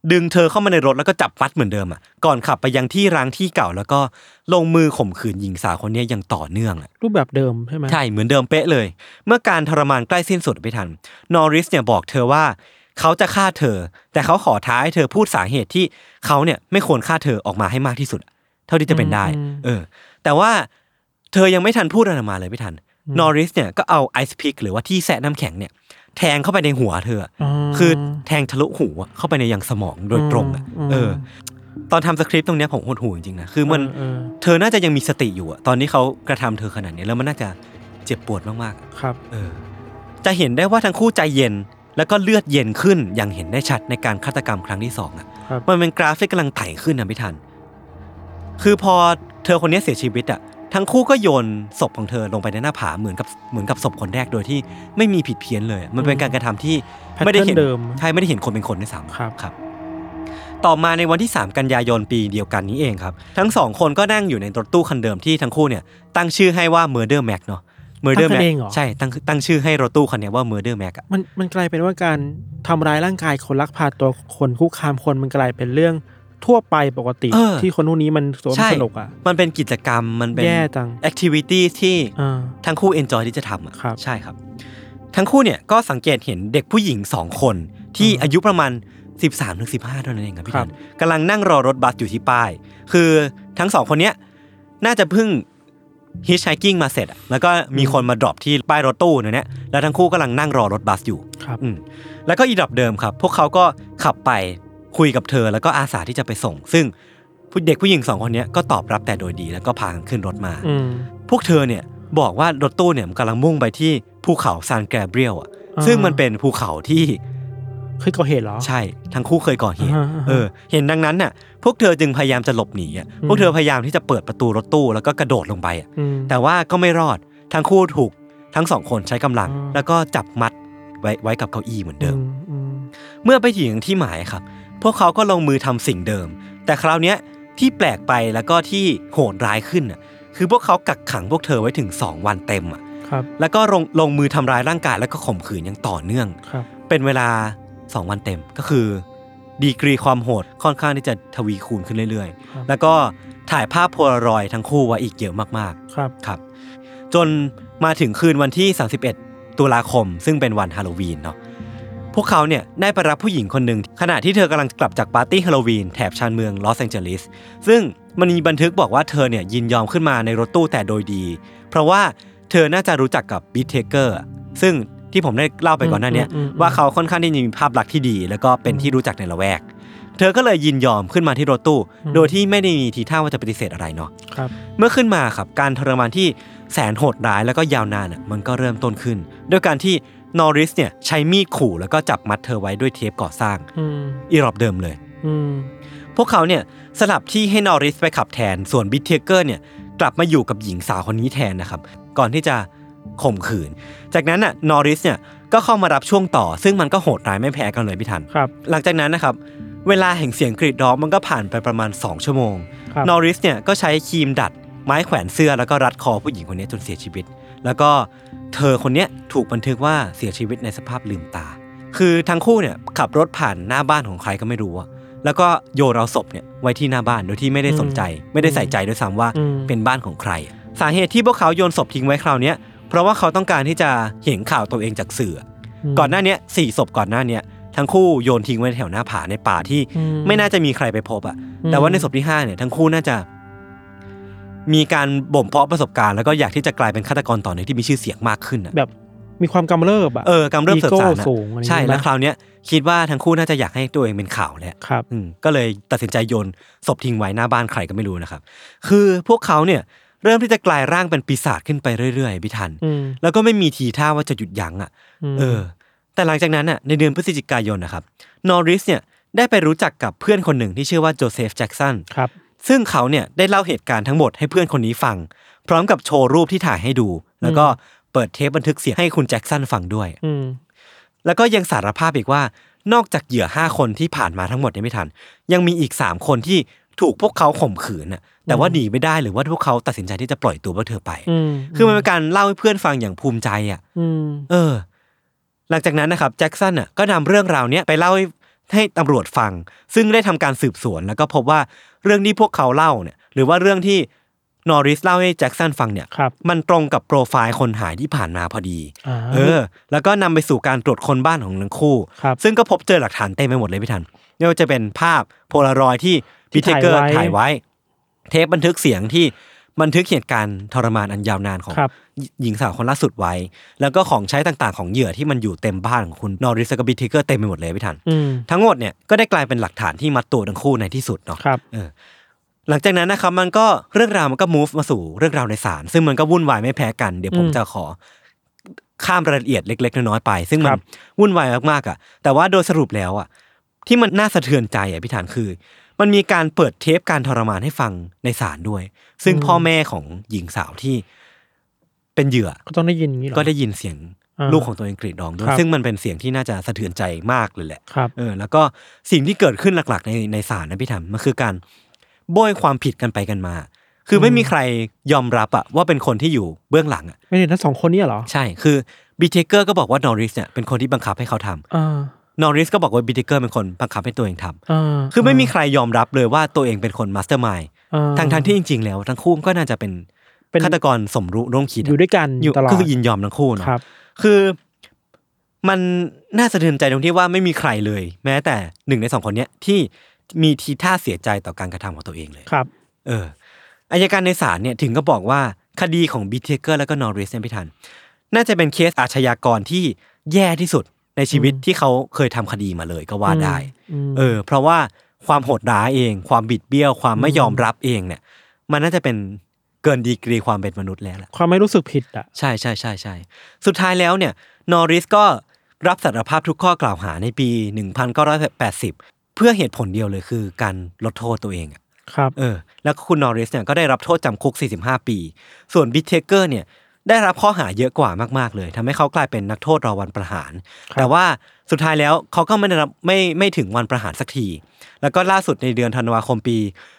ดึงเธอเข้ามาในรถแล้วก็จับมัดเหมือนเดิมอ่ะก่อนขับไปยังที่ร้างที่เก่าแล้วก็ลงมือข่มขืนหญิงสาวคนนี้อย่างต่อเนื่องอ่ะรูปแบบเดิมใช่ไหมใช่เหมือนเดิมเป๊ะเลยเมื่อการทรมานใกล้สิ้นสุดไม่ทันนอริสเนี่ยบอกเธอว่าเขาจะฆ่าเธอแต่เขาขอท้าให้เธอพูดสาเหตุที่เขาเนี่ยไม่ควรฆ่าเธอออกมาให้มากที่สุดเท่าที่จะเป็นได้แต่ว่าเธอยังไม่ทันพูดอะไรมาเลยไม่ทันนอริสเนี่ยก็เอาไอซ์พิกหรือว่าที่แซะน้ำแข็งเนี่ยแทงเข้าไปในหัวเธอคือแทงทะลุหูเข้าไปในยังสมองโดยตรงอ่ะตอนทำสคริปต์ตรงนี้ผมหดหูจริงๆนะคือมันเธอน่าจะยังมีสติอยู่อ่ะตอนที่เขากระทำเธอขนาดนี้แล้วมันน่าจะเจ็บปวดมากๆครับจะเห็นได้ว่าทั้งคู่ใจเย็นแล้วก็เลือดเย็นขึ้นอย่างเห็นได้ชัดในการฆาตกรรมครั้งที่2อ่ะมันเป็นกราฟที่กำลังไต่ขึ้นนะพี่ทันคือพอเธอคนนี้เสียชีวิตอ่ะทั้งคู่ก็โยนศพของเธอลงไปในหน้าผาเหมือนกับศพคนแรกโดยที่ไม่มีผิดเพี้ยนเลยมันเป็นการกระทำที่ไม่ได้เห็นใช่ไม่ได้เห็นคนเป็นคนด้วยซ้ำครับต่อมาในวันที่3กันยายนปีเดียวกันนี้เองครับทั้ง2คนก็นั่งอยู่ในรถตู้คันเดิมที่ทั้งคู่เนี่ยตั้งชื่อให้ว่า Murder Mac เนาะ Murder Mac ใช่ตั้งชื่อให้รถตู้คันนี้ว่า Murder Mac อ่ะมันกลายเป็นว่าการทำร้ายร่างกายคนลักพาตัวคนคุกคามคนมันกลายเป็นเรื่องทั่วไปปกติที่คนพวกนี้มันสนุกอ่ะมันเป็นกิจกรรมมันเป็นแอคทิวิตี้ที่ทั้งคู่เอนจอยที่จะทำอ่ะใช่ครับทั้งคู่เนี่ยก็สังเกตเห็นเด็กผู้หญิง2คนที่อายุประมาณ 13-15 เท่านั้นเองครับพี่ทันกำลังนั่งรอรถบัสอยู่ที่ป้ายคือทั้ง2คนเนี้ยน่าจะเพิ่งฮิชไฮกิ้งมาเสร็จแล้วก็มีคนมาดรอปที่ป้ายรถตู้เนี่ยแล้วทั้งคู่กำลังนั่งรอรถบัสอยู่แล้วก็อีดรอปเดิมครับพวกเขาก็ขับไปคุยกับเธอแล้วก็อาสาที่จะไปส่งซึ่งเด็กผู้หญิง2คนนี้ก็ตอบรับแต่โดยดีแล้วก็พาขึ้นรถมาพวกเธอเนี่ยบอกว่ารถตู้เนี่ยกำลังมุ่งไปที่ภูเขาซานแกเบรียลอ่ะซึ่งมันเป็นภูเขาที่เคยก่อเหตุเหรอใช่ทั้งคู่เคยก่อเหตุเห็นดังนั้นน่ะพวกเธอจึงพยายามจะหลบหนีอ่ะพวกเธอพยายามที่จะเปิดประตูรถตู้แล้วก็กระโดดลงไปอ่ะแต่ว่าก็ไม่รอดทั้งคู่ถูกทั้ง2คนใช้กำลังแล้วก็จับมัดไว้กับเก้าอี้เหมือนเดิมเมื่อไปถึงที่หมายครับพวกเขาก็ลงมือทำสิ่งเดิมแต่คราวนี้ที่แปลกไปแล้วก็ที่โหดร้ายขึ้นน่ะคือพวกเขากักขังพวกเธอไว้ถึง2วันเต็มอ่ะแล้วก็ลงมือทำร้ายร่างกายแล้วก็ข่มขืนอย่างต่อเนื่องเป็นเวลา2วันเต็มก็คือดีกรีความโหดค่อนข้างที่จะทวีคูณขึ้นเรื่อยๆแล้วก็ถ่ายภาพโพลารอยด์ทั้งคู่ไว้อีกเยอะมากๆครับจนมาถึงคืนวันที่31ตุลาคมซึ่งเป็นวันฮาโลวีนเนาะพวกเขาเนี่ยได้ไปรับผู้หญิงคนหนึ่งขณะที่เธอกำลังกลับจากปาร์ตี้ฮาโลวีนแถบชานเมืองลอสแองเจลิสซึ่งมันมีบันทึกบอกว่าเธอเนี่ยยินยอมขึ้นมาในรถตู้แต่โดยดีเพราะว่าเธอน่าจะรู้จักกับบีทเทเกอร์ซึ่งที่ผมได้เล่าไปก่อนหน้านี้ว่าเขาค่อนข้างที่จะมีภาพลักษณ์ที่ดีแล้วก็เป็นที่รู้จักในละแวกเธอก็เลยยินยอมขึ้นมาที่รถตู้โดยที่ไม่ได้มีทีท่าว่าจะปฏิเสธอะไรเนาะเมื่อขึ้นมาครับการทรมานที่แสนโหดร้ายแล้วก็ยาวนานมันก็เริ่มต้นขึ้นด้วยการที่นอริสเนี่ยใช้มีดขู่แล้วก็จับมัดเธอไว้ด้วยเทปก่อสร้างอีรอบเดิมเลยพวกเขาเนี่ยสลับที่ให้นอริสไปขับแทนส่วนบิทเทเกอร์เนี่ยกลับมาอยู่กับหญิงสาวคนนี้แทนนะครับก่อนที่จะข่มขืนจากนั้นน่ะนอริสเนี่ยก็เข้ามารับช่วงต่อซึ่งมันก็โหดร้ายไม่แพ้กันเลยพี่ทันหลังจากนั้นนะครับเวลาแห่งเสียงกรีดร้องมันก็ผ่านไปประมาณ2ชั่วโมงนอริสเนี่ยก็ใช้ครีมดัดไม้แขวนเสื้อแล้วก็รัดคอผู้หญิงคนนี้จนเสียชีวิตแล้วก็เธอคนนี้ถูกบันทึกว่าเสียชีวิตในสภาพลืมตาคือทั้งคู่เนี่ยขับรถผ่านหน้าบ้านของใครก็ไม่รู้แล้วก็โยนเอาศพเนี่ยไว้ที่หน้าบ้านโดยที่ไม่ได้สนใจไม่ได้ใส่ใจด้วยซ้ำว่าเป็นบ้านของใครสาเหตุที่พวกเขาโยนศพทิ้งไว้คราวนี้เพราะว่าเขาต้องการที่จะเห็นข่าวตัวเองจากสื่อก่อนหน้านี้4ศพก่อนหน้านี้ทั้งคู่โยนทิ้งไว้แถวหน้าผาในป่าที่ไม่น่าจะมีใครไปพบแต่ว่าในศพที่5เนี่ยทั้งคู่น่าจะมีการบ่มเพาะประสบการณ์แล้วก็อยากที่จะกลายเป็นฆาตกรต่อเนื่องที่มีชื่อเสียงมากขึ้นแบบมีความกำเริบกำเริบเสริมสร้างใช่แล้วคราวนี้คิดว่าทั้งคู่น่าจะอยากให้ตัวเองเป็นข่าวแล้วก็เลยตัดสินใจโยนศพทิ้งไว้หน้าบ้านใครก็ไม่รู้นะครับคือพวกเขาเนี่ยเริ่มที่จะกลายร่างเป็นปีศาจขึ้นไปเรื่อยๆพี่ทันแล้วก็ไม่มีทีท่าว่าจะหยุดยั้งแต่หลังจากนั้นในเดือนพฤศจิกายนนะครับนอริสเนี่ยได้ไปรู้จักกับเพื่อนคนหนึ่งที่ชื่อว่าโจเซฟแจ็คสันซึ่งเขาเนี่ยได้เล่าเหตุการณ์ทั้งหมดให้เพื่อนคนนี้ฟังพร้อมกับโชว์รูปที่ถ่ายให้ดูแล้วก็เปิดเทปบันทึกเสียงให้คุณแจ็คสันฟังด้วยแล้วก็ยังสารภาพอีกว่านอกจากเหยื่อ5คนที่ผ่านมาทั้งหมดเนี่ยไม่ทันยังมีอีก3คนที่ถูกพวกเขาข่มขืนแต่ว่าหนีไม่ได้หรือว่าพวกเขาตัดสินใจที่จะปล่อยตัวพวกเธอไปคือมันเป็นการเล่าให้เพื่อนฟังอย่างภูมิใจหลังจากนั้นนะครับแจ็คสันก็นำเรื่องราวนี้ไปเล่าให้ให้ตำรวจฟังซึ่งได้ทำการสืบสวนแล้วก็พบว่าเรื่องที่พวกเขาเล่าเนี่ยหรือว่าเรื่องที่นอริสเล่าให้แจ็คสันฟังเนี่ยมันตรงกับโปรไฟล์คนหายที่ผ่านมาพอดีแล้วก็นำไปสู่การตรวจคนบ้านของทั้งคู่ซึ่งก็พบเจอหลักฐานเต็มไปหมดเลยพี่ทันไม่ว่าจะเป็นภาพโพลารอยด์ที่บิทเทเกอร์ถ่ายไว้เทปบันทึกเสียงที่บันทึกเหตุการณ์ทรมานอันยาวนานของหญิงสาวคนล่าสุดไว้แล้วก็ของใช้ต่างๆของเหยื่อที่มันอยู่เต็มบ้านของคุณนอริสกับบิทเทเกอร์เต็มไปหมดเลยพี่ทันทั้งหมดเนี่ยก็ได้กลายเป็นหลักฐานที่มัดตัวทั้งคู่ในที่สุดเนาะหลังจากนั้นนะครับมันก็เรื่องราวมันก็ move มาสู่เรื่องราวในศาลซึ่งมันก็วุ่นวายไม่แพ้กันเดี๋ยวผมจะขอข้ามรายละเอียดเล็กๆน้อยๆไปซึ่งมันวุ่นวายมากๆอ่ะแต่ว่าโดยสรุปแล้วอ่ะที่มันน่าสะเทือนใจอ่ะพี่ฐานคือมันมีการเปิดเทปการทรมานให้ฟังในศาลด้วยซึ่งพ่อแม่ของหญิงสาวที่เป็นเหยื่อก็ต้องได้ยินอย่างนี้หรอก็ได้ยินเสียงลูกของตัวเองกรีดร้องด้วยซึ่งมันเป็นเสียงที่น่าจะสะเทือนใจมากเลยแหละแล้วก็สิ่งที่เกิดขึ้นหลักๆในศาลนะพี่ฐานมันคือการโบยความผิดกันไปกันมาคือไม่มีใครยอมรับอะว่าเป็นคนที่อยู่เบื้องหลังอะไม่ได้ทั้งสองคนนี้เหรอใช่คือบิทเทเกอร์ก็บอกว่านอริสเนี่ยเป็นคนที่บังคับให้เขาทำนอริสก็บอกว่าบิทเทเกอร์เป็นคนบังคับให้ตัวเองทำคือไม่มีใครยอมรับเลยว่าตัวเองเป็นคนมาสเตอร์มายด์ทั้งที่จริงๆแล้วทั้งคู่ก็น่าจะเป็นฆาตกรสมรู้ร่วมคิดอยู่ด้วยกันตลอดก็คือยินยอมทั้งคู่เนาะคือมันน่าสะเทือนใจตรงที่ว่าไม่มีใครเลยแม้แต่หนึ่งในสองคนนี้ที่มีทีท่าเสียใจต่อการกระทำของตัวเองเลยครับอัยการในศาลเนี่ยถึงก็บอกว่าคดีของบิทเทเกอร์แล้วก็นอริสเนี่ยพี่ทันน่าจะเป็นเคสอาชญากรที่แย่ที่สุดในชีวิตที่เขาเคยทำคดีมาเลยก็ว่าได้เพราะว่าความโหดร้ายเองความบิดเบี้ยวความไม่ยอมรับเองเนี่ยมันน่าจะเป็นเกินดีกรีความเป็นมนุษย์แล้วแหละความไม่รู้สึกผิดอ่ะใช่ใช่ใช่ใช่สุดท้ายแล้วเนี่ยนอริสก็รับสารภาพทุกข้อกล่าวหาในปี1980เพื่อเหตุผลเดียวเลยคือการลดโทษตัวเองครับแล้วคุณนอริสเนี่ยก็ได้รับโทษจำคุก45ปีส่วนบิทเทเกอร์เนี่ยได้รับข้อหาเยอะกว่ามากๆเลยทำให้เขากลายเป็นนักโทษรอวันประหารแต่ว่าสุดท้ายแล้วเขาก็ไม่ได้รับไม่ถึงวันประหารสักทีแล้วก็ล่าสุดในเดือนธันวาคมปี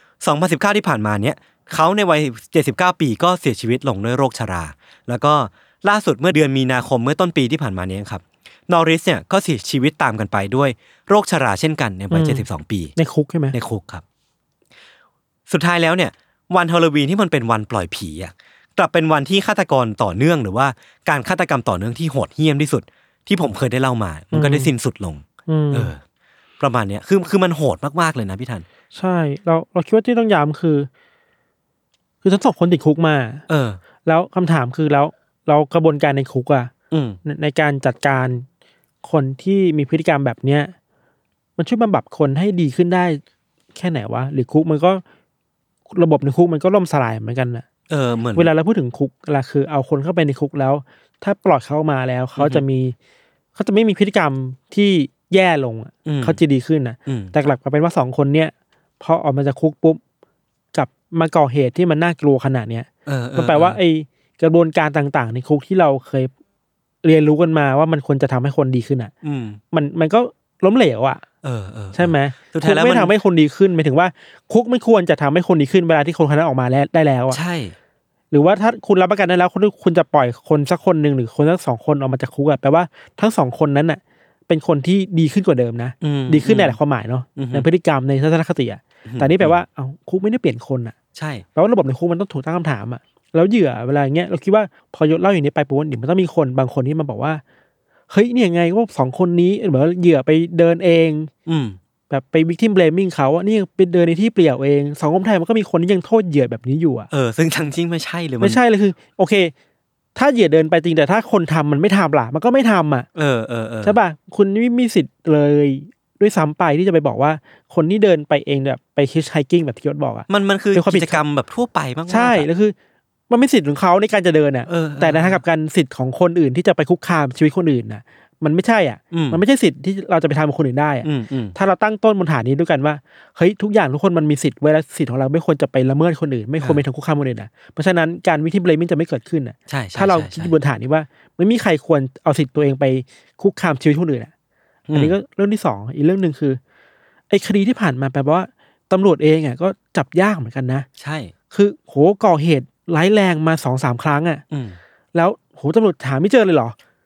2019ที่ผ่านมาเนี่ยเขาในวัย79ปีก็เสียชีวิตลงด้วยโรคชราแล้วก็ล่าสุดเมื่อเดือนมีนาคมเมื่อต้นปีที่ผ่านมานี้ครับนอริสเนี่ยก็เสียชีวิตตามกันไปด้วยโรคชราเช่นกันในวัย72ปีในคุกใช่ไหมในคุกครับสุดท้ายแล้วเนี่ยวันฮาโลวีนที่มันเป็นวันปล่อยผีอ่ะกลับเป็นวันที่ฆาตกรต่อเนื่องหรือว่าการฆาตกรรมต่อเนื่องที่โหดเหี้ยมที่สุดที่ผมเคยได้เล่ามามันก็ได้สิ้นสุดลงประมาณเนี้ยคือมันโหดมากๆเลยนะพี่ทันใช่เราคิดว่าที่ต้องย้ำคือทั้งสองคนติดคุกมาแล้วคำถามคือแล้วกระบวนการในคุกอ่ะในการจัดการคนที่มีพฤติกรรมแบบเนี้ยมันช่วยบำบัดคนให้ดีขึ้นได้แค่ไหนวะหรือคุกมันก็ระบบในคุกมันก็ล่มสลายเหมือนกันนะเหมือนเวลาเราพูดถึงคุกล่ะคือเอาคนเข้าไปในคุกแล้วถ้าปล่อยเขามาแล้วเขาจะไม่มีพฤติกรรมที่แย่ลงเขาจะดีขึ้นนะแต่หลักๆเป็นว่า2คนเนี้ยพอออกมาจากคุกปุ๊บกับมาก่อเหตุที่มันน่ากลัวขนาดเนี้ยมันแปลว่าไอกระบวนการต่างๆในคุกที่เราเคยเรียนรู้กันมาว่ามันควรจะทำให้คนดีขึ้นมันก็ล้มเหลวใช่ไหมคุกไม่ทำให้คนดีขึ้นหมายถึงว่าคุกไม่ควรจะทำให้คนดีขึ้นเวลาที่คนคนนั้นออกมาได้แล้วใช่หรือว่าถ้าคุณรับประกันได้แล้วคุณจะปล่อยคนสักคนนึงหรือคนสัก2คนออกมาจากคุกแปลว่าทั้ง2คนนั้นน่ะเป็นคนที่ดีขึ้นกว่าเดิมนะดีขึ้นในหลายความหมายเนาะในพฤติกรรมในทัศนคติแต่นี่แปลว่าคุกไม่ได้เปลี่ยนคนใช่แปลว่าระบบในคุกมันต้องถูกตั้งคำถามแล้วเหยื่อเวลาอย่างเงี้ยเราคิดว่าพอยศเล่าอย่างนี้ไปปุ๊บเดี๋ยวมันต้องมีคนบางคนที่มาบอกว่าเฮ้ยเนี่ยไงว่า2คนนี้เหมือนเหยื่อไปเดินเองแบบไป victim blaming เขานี่ไปเดินในที่เปลี่ยวเองสังคมไทยมันก็มีคนที่ยังโทษเหยื่อแบบนี้อยู่ซึ่งทั้งจริงไม่ใช่เลยไม่ใช่เลยคือโอเคถ้าเหยื่อเดินไปจริงแต่ถ้าคนทำมันไม่ทำล่ะมันก็ไม่ทำใช่ป่ะคุณไม่มีสิทธิ์เลยด้วยซ้ำไปที่จะไปบอกว่าคนที่เดินไปเองแบบไปฮิชไฮกิ้งแบบที่ยศบอกมันคือกิจกรรมแบบทั่วไปมากๆใช่แล้วคือมันไม่สิทธิ์ของเขาในการจะเดินแต่ในทางกับการสิทธิ์ของคนอื่นที่จะไปคุกคามชีวิตคนอื่นมันไม่ใช่มันไม่ใช่สิทธิ์ที่เราจะไปทำกับคนอื่นได้ถ้าเราตั้งต้นบนฐานนี้ด้วยกันว่าเฮ้ยทุกอย่างทุกคนมันมีสิทธิ์ไว้แล้วสิทธิ์ของเราไม่ควรจะไปละเมิดคนอื่นไม่ควรไปทำคุกคามคนอื่นเพราะฉะนั้นการวิธีเบลมิ่งจะไม่เกิดขึ้นถ้าเราคิดบนฐานนี้ว่าไม่มีใครควรเอาสิทธิ์ตัวเองไปคุกคามชีวิตคนอื่นอันนี้ก็เรื่องที่2อีกเรื่องนึงคือไอ้คดีที่ผ่านมาแปลว่าตำรวจเองก็จับยากเหมือนกันนะใช่คือโหก่อเหตุร้ายแรงมา 2-3 ครั้งแล้วโหตำรวจหาไม่เจอเลยเหรอ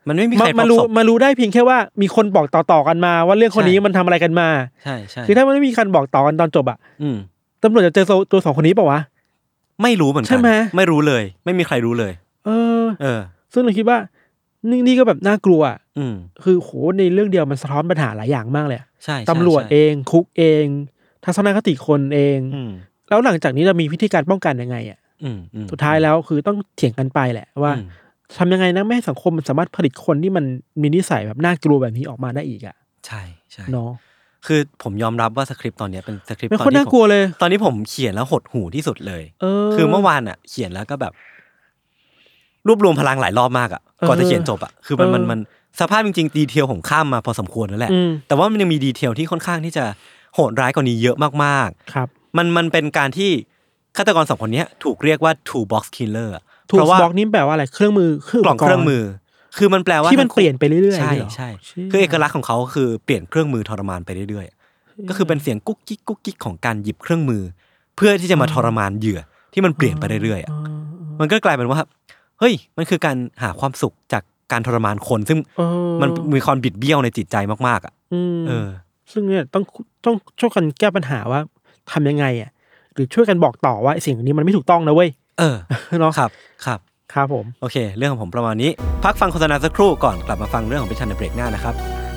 มันไม่มีใครมารู้ได้เพียงแค่ว่ามีคนบอกต่อๆกันมาว่าเรื่องคนนี้มันทำอะไรกันมาใช่คือถ้ามันไม่มีการบอกต่อกันตอนจบอ่ะตำรวจจะเจอตัว2คนนี้เปล่าวะไม่รู้เหมือนกันใช่ไหมไม่รู้เลยไม่มีใครรู้เลยซึ่งเราคิดว่านี่ก็แบบน่ากลัวคือโหในเรื่องเดียวมันสะท้อนปัญหาหลายอย่างมากเลยใช่ตำรวจเองคุกเองทัศนคติคนเองแล้วหลังจากนี้จะมีวิธีการป้องกันยังไงอ่ะสุดท้ายแล้วคือต้องเถียงกันไปแหละว่าทำยังไงนะไม่ให้สังคมมันสามารถผลิตคนที่มันมีนิสัยแบบน่ากลัวแบบนี้ออกมาได้อีกอ่ะใช่เนาะคือผมยอมรับว่าสคริปต์ตอนนี้เป็นสคริปต์ตอนที่น่ากลัวเลยตอนนี้ผมเขียนแล้วหดหู่ที่สุดเลยคือเมื่อวานอ่ะเขียนแล้วก็แบบรวบรวมพลังหลายรอบมากอ่ะก่อนจะเขียนจบอ่ะคือมันสภาพจริงๆดีเทลผมข้ามมาพอสมควรแล้วแหละแต่ว่ามันยังมีดีเทลที่ค่อนข้างที่จะโหดร้ายกว่านี้เยอะมากๆครับมันเป็นการที่ฆาตกร2คนนี้ถูกเรียกว่า two box killer เพราะว่า box นี้แปลว่าอะไรเครื่องมือกล่องเครื่องมือคือมันแปลว่าที่มันเปลี่ยนไปเรื่อยๆใช่คือเอกลักษณ์ของเขาคือเปลี่ยนเครื่องมือทรมานไปเรื่อยๆก็คือเป็นเสียงกุ๊กกิ๊กกุ๊กกิ๊กของการหยิบเครื่องมือเพื่อที่จะมาทรมานเหยื่อที่มันเปลี่ยนไปเรื่อยๆมันก็กลายเป็นว่าเฮ้ยมันคือการหาความสุขจากการทรมานคนซึ่งมันมีความบิดเบี้ยวในจิตใจมากๆอ่ะซึ่งเนี่ยต้องช่วยกันแก้ปัญหาว่าทำยังไงอ่ะหรือช่วยกันบอกต่อว่าสิ่งนี้มันไม่ถูกต้องนะเว้ยเนาะครับผมโอเคเรื่องของผมประมาณนี้พักฟังโฆษณาสักครู่ก่อนกลับมาฟังเรื่องของพิชันในเบรกหน้านะครับ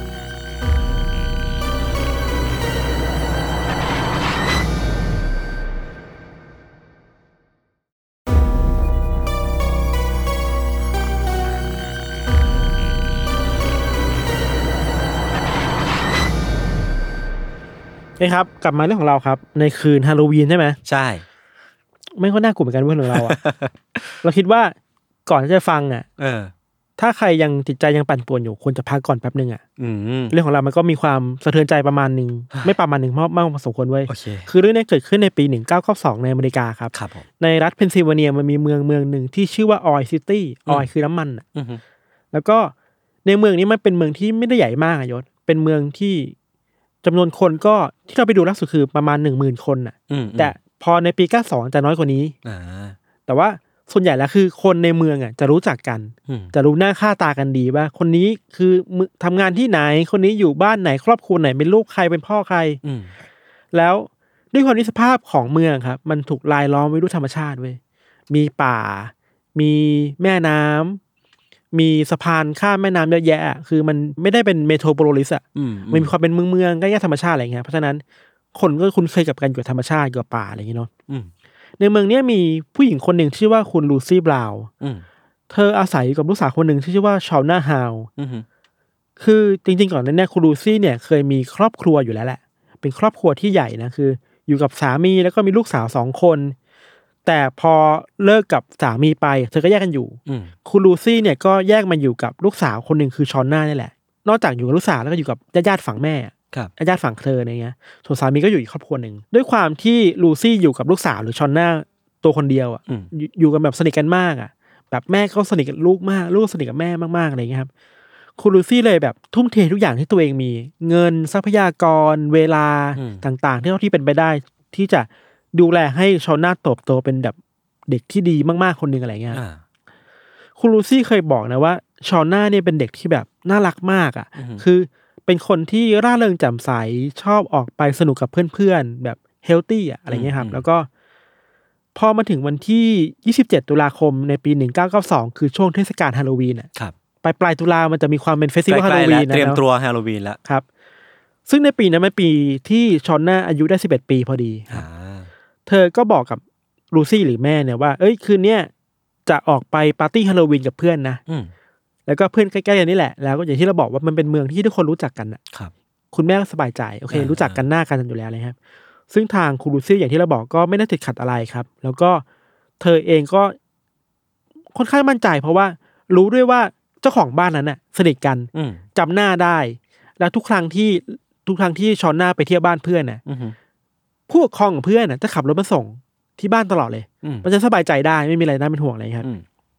ครับกลับมาเรื่องของเราครับในคืนฮาโลวีนใช่ไหมใช่ไม่ค่อยน่ากลัวเหมือนกันเรื่องของเราอ่ะ เราคิดว่าก่อนที่จะฟังอ่ะถ้าใครยังจิตใจยังปั่นป่วนอยู่ควรจะพักก่อนแป๊บนึงอ่ะเรื่องของเรามันก็มีความสะเทือนใจประมาณนึง ไม่ประมาณนึงมากพอสมควรเว้ยคือเรื่องนี้เกิดขึ้นในปี1992ในอเมริกาครับในรัฐเพนซิลเวเนียมันมีเมืองนึงที่ชื่อว่าออยซิตี้ออยคือน้ำมันอ่ะแล้วก็ในเมืองนี้มันเป็นเมืองที่ไม่ได้ใหญ่มากยศเป็นเมืองที่จำนวนคนก็ที่เราไปดูล่าสุดคือประมาณ 10,000 คนน่ะแต่พอในปี92จะน้อยกว่านี้แต่ว่าส่วนใหญ่แล้วคือคนในเมืองอ่ะจะรู้จักกันจะรู้หน้าค่าตากันดีว่าคนนี้คือทำงานที่ไหนคนนี้อยู่บ้านไหนครอบครัวไหนเป็นลูกใครเป็นพ่อใครแล้วด้วยความที่สภาพของเมืองครับมันถูกรายล้อมไว้ด้วยธรรมชาติเว้ยมีป่ามีแม่น้ำมีสะพานข้ามแม่น้ำเยอะแยะคือมันไม่ได้เป็นเมโทรโพลิสอ่ะมันมีความเป็นเมืองใกล้ๆธรรมชาติอะไรเงี้ยเพราะฉะนั้นคนก็คุ้นเคยกับการอยู่กับธรรมชาติกับป่าอะไรอย่างเงี้ยเนาะในเมืองนี้มีผู้หญิงคนหนึ่งชื่อว่าคุณลูซี่บราวน์เธออาศัยอยู่กับลูกสาวคนหนึ่งที่ชื่อว่าชาวนาฮาวคือจริงๆก่อนนั้นเนี่ยคุณลูซี่เนี่ยเคยมีครอบครัวอยู่แล้วแหละเป็นครอบครัวที่ใหญ่นะคืออยู่กับสามีแล้วก็มีลูกสาว2 คนแต่พอเลิกกับสามีไปเธอก็แยกกันอยู่คุณลูซี่เนี่ยก็แยกมาอยู่กับลูกสาวคนหนึ่งคือชอนน่านี่แหละนอกจากอยู่กับลูกสาวแล้วก็อยู่กับญาติฝั่งแม่ญาติฝั่งเธออะไรเงี้ยส่วนสามีก็อยู่อีกครอบครัวหนึ่งด้วยความที่ลูซี่อยู่กับลูกสาวหรือชอนน่าตัวคนเดียวอ่ะอยู่กันแบบสนิทกันมากอ่ะแบบแม่ก็สนิทกับลูกมากลูกสนิทกับแม่มากๆอะไรเงี้ยครับคุณลูซี่เลยแบบทุ่มเททุกอย่างที่ตัวเองมีเงินทรัพยากรเวลาต่างๆที่เท่าที่เป็นไปได้ที่จะดูแลให้ชอนน่าเติบโตเป็นแบบเด็กที่ดีมากๆคนนึงอะไรเงี้ยคุณลูซี่เคยบอกนะว่าชอนน่าเนี่ยเป็นเด็กที่แบบน่ารักมากอ่ะคือเป็นคนที่ร่าเริงแจ่มใสชอบออกไปสนุกกับเพื่อนๆแบบเฮลตี้อ่ะอะไรเงี้ยครับแล้วก็พอมาถึงวันที่27ตุลาคมในปี1992คือช่วงเทศกาลฮาโลวีนอ่ะปลายตุลามันจะมีความเป็นเฟสติวัลฮาโลวีนนะเตรียมตัวฮาโลวีนแล้วครับซึ่งในปีนั้นเป็นปีที่ชอนน่าอายุได้11 ปีพอดีเธอก็บอกกับลูซี่หรือแม่เนี่ยว่าเอ้ยคืนเนี้ยจะออกไปปาร์ตี้ฮาโลวีนกับเพื่อนนะแล้วก็เพื่อนใกล้ๆกันนี่แหละแล้วก็อย่างที่เราบอกว่ามันเป็นเมืองที่ทุกคนรู้จักกันอ่ะคุณแม่ก็สบายใจโอเครู้จักกันหน้ากันอยู่แล้วเลยครับซึ่งทางคุณลูซี่อย่างที่เราบอกก็ไม่ได้ติดขัดอะไรครับแล้วก็เธอเองก็ค่อนข้างมั่นใจเพราะว่ารู้ด้วยว่าเจ้าของบ้านนั้นน่ะสนิทกันจำหน้าได้แล้วทุกครั้งที่ชอนน่าไปเที่ยวบ้านเพื่อนน่ะผู้ปกครองของเพื่อนน่ะจะขับรถมาส่งที่บ้านตลอดเลยมันจะสบายใจได้ไม่มีอะไรน่าเป็นห่วงอะไรครับ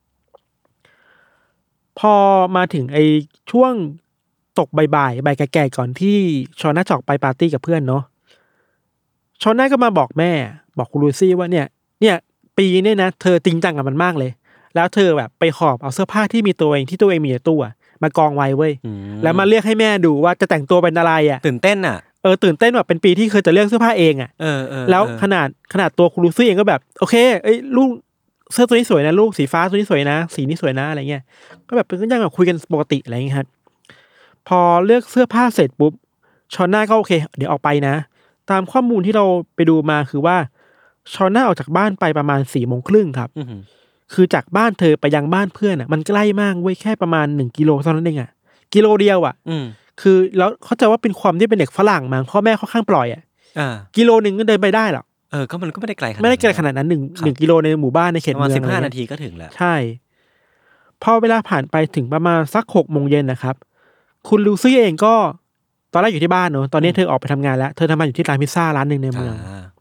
พอมาถึงไอ้ช่วงตกบ่ายแก่ๆก่อนที่ชอนน่าจะออกไปปาร์ตี้กับเพื่อนเนาะชอนน่าก็มาบอกแม่บอกคุณลูซี่ว่าเนี่ยปีนี้นะเธอจริงจังกับมันมากเลยแล้วเธอแบบไปหอบเอาเสื้อผ้าที่มีตัวเองที่ตัวเองมีในตู้มากองไว้เว้ยแล้วมาเลือกให้แม่ดูว่าจะแต่งตัวเป็นอะไรอ่ะตื่นเต้นอ่ะตื่นเต้นแบบเป็นปีที่เคยจะเลือกเสื้อผ้าเองอ่ะแล้วขนาดตัวคุณลูซี่เองก็แบบโอเคเอ้ยลูกเสื้อตัวนี้สวยนะลูกสีฟ้าตัวนี้สวยนะสีนี้สวยนะอะไรเงี้ยก็แบบเป็นก็ยังแบบคุยกันปกติอะไรเงี้ยครับพอเลือกเสื้อผ้าเสร็จปุ๊บชอนน่าก็โอเคเดี๋ยวออกไปนะตามข้อมูลที่เราไปดูมาคือว่าชอนน่าออกจากบ้านไปประมาณ 4:30 น.ครับคือจากบ้านเธอไปยังบ้านเพื่อนอ่ะมันใกล้มากเว้ยแค่ประมาณ1 กิโลเท่านั้นเองอ่ะกิโลเดียวอ่ะคือแล้วเข้าใจว่าเป็นความที่เป็นเด็กฝรั่งมั้งพ่อแม่ค่อนข้างปล่อยอ่ะกิโลนึงก็เดินไปได้หรอกก็มันก็ไม่ได้ไกลขนาดนั้น1 กิโลในหมู่บ้านในเขตเมืองประมาณ15 นาทีก็ถึงแล้วใช่พอเวลาผ่านไปถึงประมาณสัก 6:00 น.นะครับคุณลูซี่เองก็ตอนแรกอยู่ที่บ้านเนอะตอนนี้เธอออกไปทำงานแล้วเธอทำงานอยู่ที่ร้านพิซซ่าร้านนึงในเมือง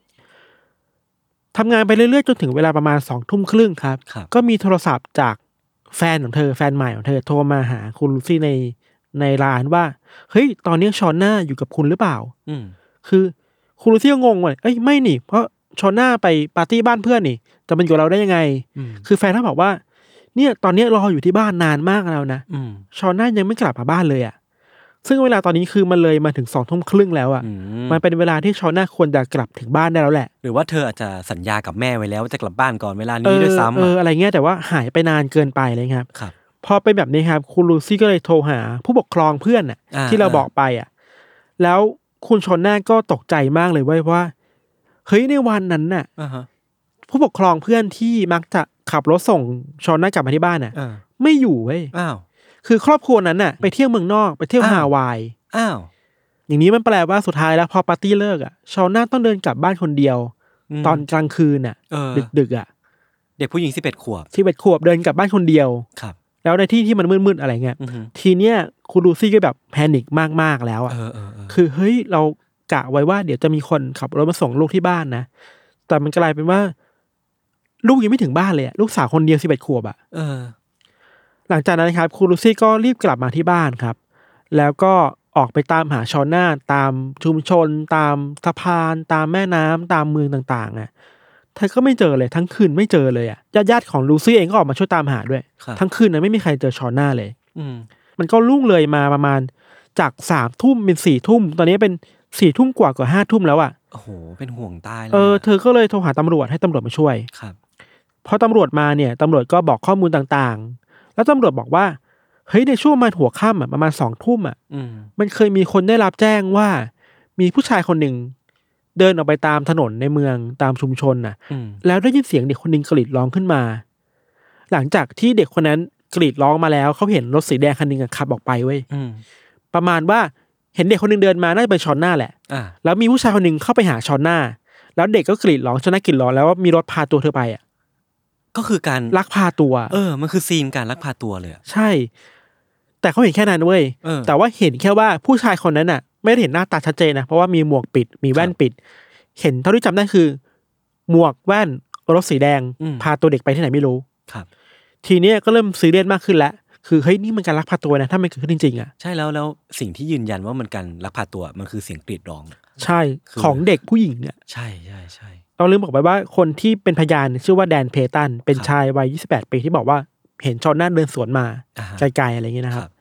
ทำงานไปเรื่อยๆจนถึงเวลาประมาณ 20:30 น.ครับก็มีโทรศัพท์จากแฟนของเธอแฟนใหม่ของเธอโทรมาหาคุณลูซี่ในร้านว่าเฮ้ยตอนนี้ชอนน่าอยู่กับคุณหรือเปล่าคือคุณลูซี่ก็งงว่าเอ้ยไม่นี่เพราะชอนน่าไปปาร์ตี้บ้านเพื่อนนี่จะมันอยู่กับเราได้ยังไงคือแฟนเขาบอกว่าเนี่ยตอนนี้รออยู่ที่บ้านนานมากแล้วนะชอนน่ายังไม่กลับมาบ้านเลยอ่ะซึ่งเวลาตอนนี้คือมันเลยมาถึง 20:30 แล้วอ่ะมันเป็นเวลาที่ชอนน่าควรจะกลับถึงบ้านได้แล้วแหละหรือว่าเธออาจจะสัญญากับแม่ไว้แล้วว่าจะกลับบ้านก่อนเวลานี้ด้วยซ้ำอะไรเงี้ยแต่ว่าหายไปนานเกินไปเลยครับพอเป็นแบบนี้ครับคุณลูซี่ก็เลยโทรหาผู้ปกครองเพื่อนน่ะที่เราบอกไปอ่ะแล้วคุณชอนน่าก็ตกใจมากเลยว่าเฮ้ยในวันนั้นน่ะผู้ปกครองเพื่อนที่มักจะขับรถส่งชอนน่ากลับมาที่บ้านน่ะไม่อยู่เว้ยคือครอบครัวนั้นน่ะไปเที่ยวเมืองนอกไปเที่ยวฮาวายอย่างนี้มันแปลว่าสุดท้ายแล้วพอปาร์ตี้เลิกอ่ะชอนน่าต้องเดินกลับบ้านคนเดียวตอนกลางคืนน่ะดึกๆอ่ะเด็กผู้หญิง11 ขวบเดินกลับบ้านคนเดียวแล้วในที่มันมืดๆอะไรเงี้ยทีเนี้ยคุณลูซี่ก็แบบแพนิคมากๆแล้วอ่ะคือเฮ้ยเรากะไว้ว่าเดี๋ยวจะมีคนขับรถมาส่งลูกที่บ้านนะแต่มันกลายเป็นว่าลูกยังไม่ถึงบ้านเลยลูกสาวคนเดียว11 ขวบอ่ะหลังจากนั้นครับคุณลูซี่ก็รีบกลับมาที่บ้านครับแล้วก็ออกไปตามหาชอนน่าตามชุมชนตามสะพานตามแม่น้ำตามเมืองต่างๆอ่ะเธอก็ไม่เจอเลยทั้งคืนไม่เจอเลยอ่ะญาติของลูซี่เองก็ออกมาช่วยตามหาด้วยทั้งคืนนะไม่มีใครเจอชอนน่าเลยมันก็ลุ่งเลยมาประมาณจาก3 ทุ่มเป็น4 ทุ่มตอนนี้เป็น4 ทุ่มกว่า5 ทุ่มแล้วอ่ะโอ้โหเป็นห่วงตายเลยเธอก็เลยโทรหาตำรวจให้ตำรวจมาช่วยครับพอตำรวจมาเนี่ยตำรวจก็บอกข้อมูลต่างๆแล้วตำรวจบอกว่าเฮ้ยในช่วงมาหัวค่ำอ่ะประมาณ2 ทุ่มอ่ะมันเคยมีคนได้รับแจ้งว่ามีผู้ชายคนหนึ่งเดินออกไปตามถนนในเมืองตามชุมชนน่ะแล้วได้ยินเสียงเด็กคนนึงกรีดร้องขึ้นมาหลังจากที่เด็กคนนั้นกรีดร้องมาแล้วเขาเห็นรถสีแดงคันนึงขับออกไปเว้ยประมาณว่าเห็นเด็กคนนึงเดินมาน่าจะเป็นชอนน่าแหละแล้วมีผู้ชายคนนึงเข้าไปหาชอนน่าแล้วเด็กก็กรีดร้องชอนน่ากรีดร้องแล้วว่ามีรถพาตัวเธอไปอ่ะก็คือการลักพาตัวมันคือซีนการลักพาตัวเลยใช่แต่เขาเห็นแค่นั้นเว้ยแต่ว่าเห็นแค่ว่าผู้ชายคนนั้นน่ะไม่ได้เห็นหน้าตาชัดเจนนะเพราะว่ามีหมวกปิดมีแว่นปิดเห็นเท่าที่จำได้คือหมวกแว่นรถสีแดงพาตัวเด็กไปที่ไหนไม่รู้ครับทีนี้ก็เริ่มซีเรียสมากขึ้นแล้วคือเฮ้ยนี่มันการลักพาตัวนะถ้ามันเกิดขึ้นจริงๆอ่ะใช่แล้วสิ่งที่ยืนยันว่ามันการลักพาตัวมันคือเสียงกรีดร้องใช่ของเด็กผู้หญิงเนี่ยใช่ใช่ใช่เราลืมบอกไปว่าคนที่เป็นพยานชื่อว่าแดนเพตันเป็นชายวัย28 ปีที่บอกว่าเห็นชอนน่าเดินสวนมาไกลๆอะไรอย่างเงี้ยนะครับ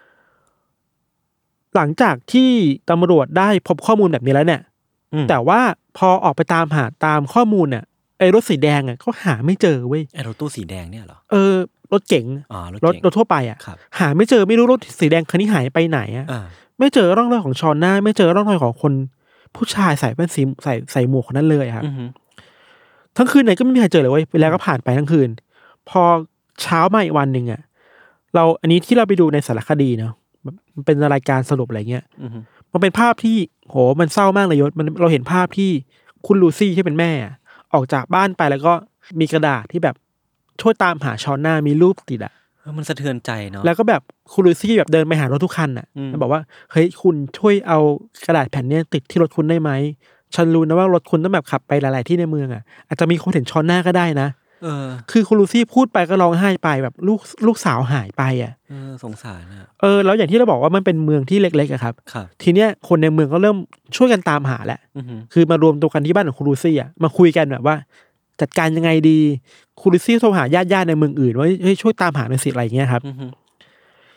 หลังจากที่ตำรวจได้พบข้อมูลแบบนี้แล้วเนี่ยแต่ว่าพอออกไปตามหาตามข้อมูลเนี่ยไอ้รถสีแดงอ่ะก็หาไม่เจอเว้ยไอ้รถตู้สีแดงเนี่ยเหรอรถเก๋งรถทั่วไปอ่ะหาไม่เจอไม่รู้รถสีแดงคันนี้หายไปไหนอ่ะไม่เจอร่องรอยของชอนน่าไม่เจอร่องรอยของคนผู้ชายใส่แว่นสีใส่หมวกคนนั้นเลยครับทั้งคืนไหนก็ไม่มีใครเจอเลยเว้ยเวลาก็ผ่านไปทั้งคืนพอเช้ามาอีกวันนึงอ่ะอันนี้ที่เราไปดูในสารคดีเนาะมันเป็นรายการสรุปอะไรเงี้ยมันเป็นภาพที่โหมันเศร้ามากเลยยศเราเห็นภาพที่คุณลูซี่ที่เป็นแม่ออกจากบ้านไปแล้วก็มีกระดาษที่แบบช่วยตามหาชอนน่ามีรูปติดมันสะเทือนใจเนาะแล้วก็แบบคุณลูซี่แบบเดินไปหารถทุกคันแล้วบอกว่าเฮ้ยคุณช่วยเอากระดาษแผ่นนี้ติดที่รถคุณได้ไหมฉันรู้นะว่ารถคุณต้องแบบขับไปหลายๆที่ในเมืองอาจจะมีคนเห็นชอนน่าก็ได้นะคือคุณลูซี่พูดไปก็ร้องไห้ไปแบบลูกสาวหายไปสงสารแล้วอย่างที่เราบอกว่ามันเป็นเมืองที่เล็กๆครับทีเนี้ยคนในเมืองก็เริ่มช่วยกันตามหาแหละคือมารวมตัวกันที่บ้านของคุณลูซี่มาคุยกันแบบว่าจัดการยังไงดีคุณลูซี่โทรหาญาติในเมืองอื่นว่าเฮ้ยช่วยตามหาหน่อยสิอะไรเงี้ยครับ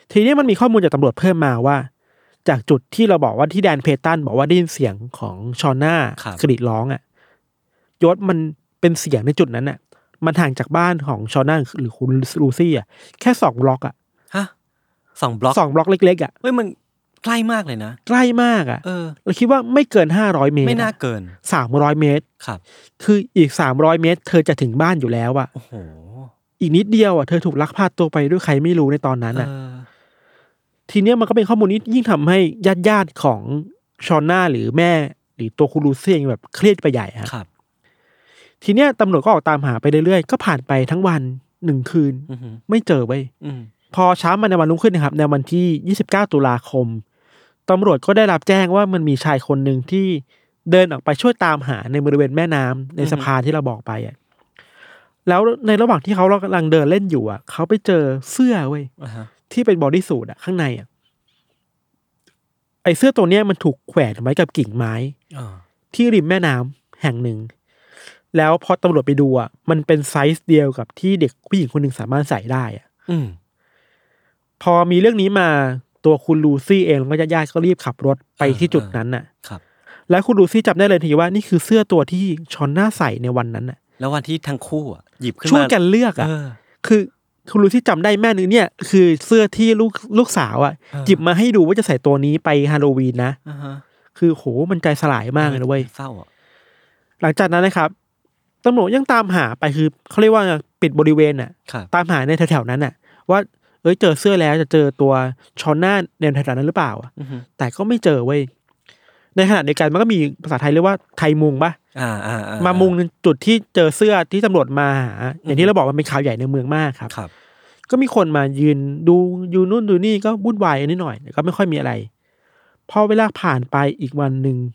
ทีนี้มันมีข้อมูลจากตำรวจเพิ่มมาว่าจากจุดที่เราบอกว่าที่แดนเพตันบอกว่าได้ยินเสียงของชอนน่ากรีดร้องอ่ะยศมันเป็นเสียงในจุดนั้นอ่ะมันห่างจากบ้านของชอนน่าหรือคุณลูซี่อ่ะแค่2 บล็อกอ่ะฮะ2 บล็อก 2 บล็อกเล็กๆอ่ะเฮ้ยมันใกล้มากเลยนะใกล้มากอ่ะเราคิดว่าไม่เกิน500เมตรไม่น่าเกิน 300เมตรครับคืออีก300เมตรเธอจะถึงบ้านอยู่แล้วอ่ะโอ้โหอีกนิดเดียวอ่ะเธอถูกลักพาตัวไปด้วยใครไม่รู้ในตอนนั้นอ่ะทีเนี้ยมันก็เป็นข้อมูลนี้ยิ่งทำให้ญาติของชอนน่าหรือแม่หรือตัวคุณลูซี่แบบเครียดไปใหญ่ครับทีเนี้ยตำรวจก็ออกตามหาไปเรื่อยๆก็ผ่านไปทั้งวัน1 คืนไม่เจอเว้ยพอเช้ามาในวันรุ่งขึ้นนะครับในวันที่29 ตุลาคมตำรวจก็ได้รับแจ้งว่ามันมีชายคนหนึ่งที่เดินออกไปช่วยตามหาในบริเวณแม่น้ำในสะพานที่เราบอกไปอ่ะแล้วในระหว่างที่เขากำลังเดินเล่นอยู่อ่ะเขาไปเจอเสื้อเว้ยที่เป็นบอดี้สูทอ่ะข้างในอ่ะไอเสื้อตัวเนี้ยมันถูกแขวนไว้กับกิ่งไม้ที่ริมแม่น้ำแห่งหนึ่งแล้วพอตำรวจไปดูอ่ะมันเป็นไซส์เดียวกับที่เด็กผู้หญิงคนหนึ่งสามารถใส่ได้อ่ะพอมีเรื่องนี้มาตัวคุณลูซี่เองแล้วก็ญาติๆก็รีบขับรถไปที่จุดนั้นน่ะแล้วคุณลูซี่จำได้เลยทีว่านี่คือเสื้อตัวที่ชอนน่าใส่ในวันนั้นน่ะแล้ววันที่ทั้งคู่อ่ะหยิบขึ้นมาช่วยกันเลือกอ่ะคือคุณลูซี่จำได้แม่นึงเนี่ยคือเสื้อที่ลูกสาวอ่ะหยิบมาให้ดูว่าจะใส่ตัวนี้ไปฮาโลวีนนะคือโหมันใจสลายมากเลยนะเว้ยเศร้าอ่ะหลังจากนั้นนะครับตำรวจยังตามหาไปคือเขาเรียกว่าปิดบริเวณน่ะตามหาในแถวๆนั้นน่ะว่าเจอเสื้อแล้วจะเจอตัวชอนน่าในแถวๆนั้นหรือเปล่าแต่ก็ไม่เจอเว้ยในขณะเดียวกันมันก็มีภาษาไทยเรียกว่าไทยมุงป่ะมามุงจุดที่เจอเสื้อที่ตำรวจมาหาอย่างที่เราบอกมันเป็นข่าวใหญ่ในเมืองมากครับก็มีคนมายืนดูอยู่นู่นดูนี่ก็วุ่นวายนิดหน่อยแต่ก็ไม่ค่อยมีอะไรพอเวลาผ่านไปอีกวัน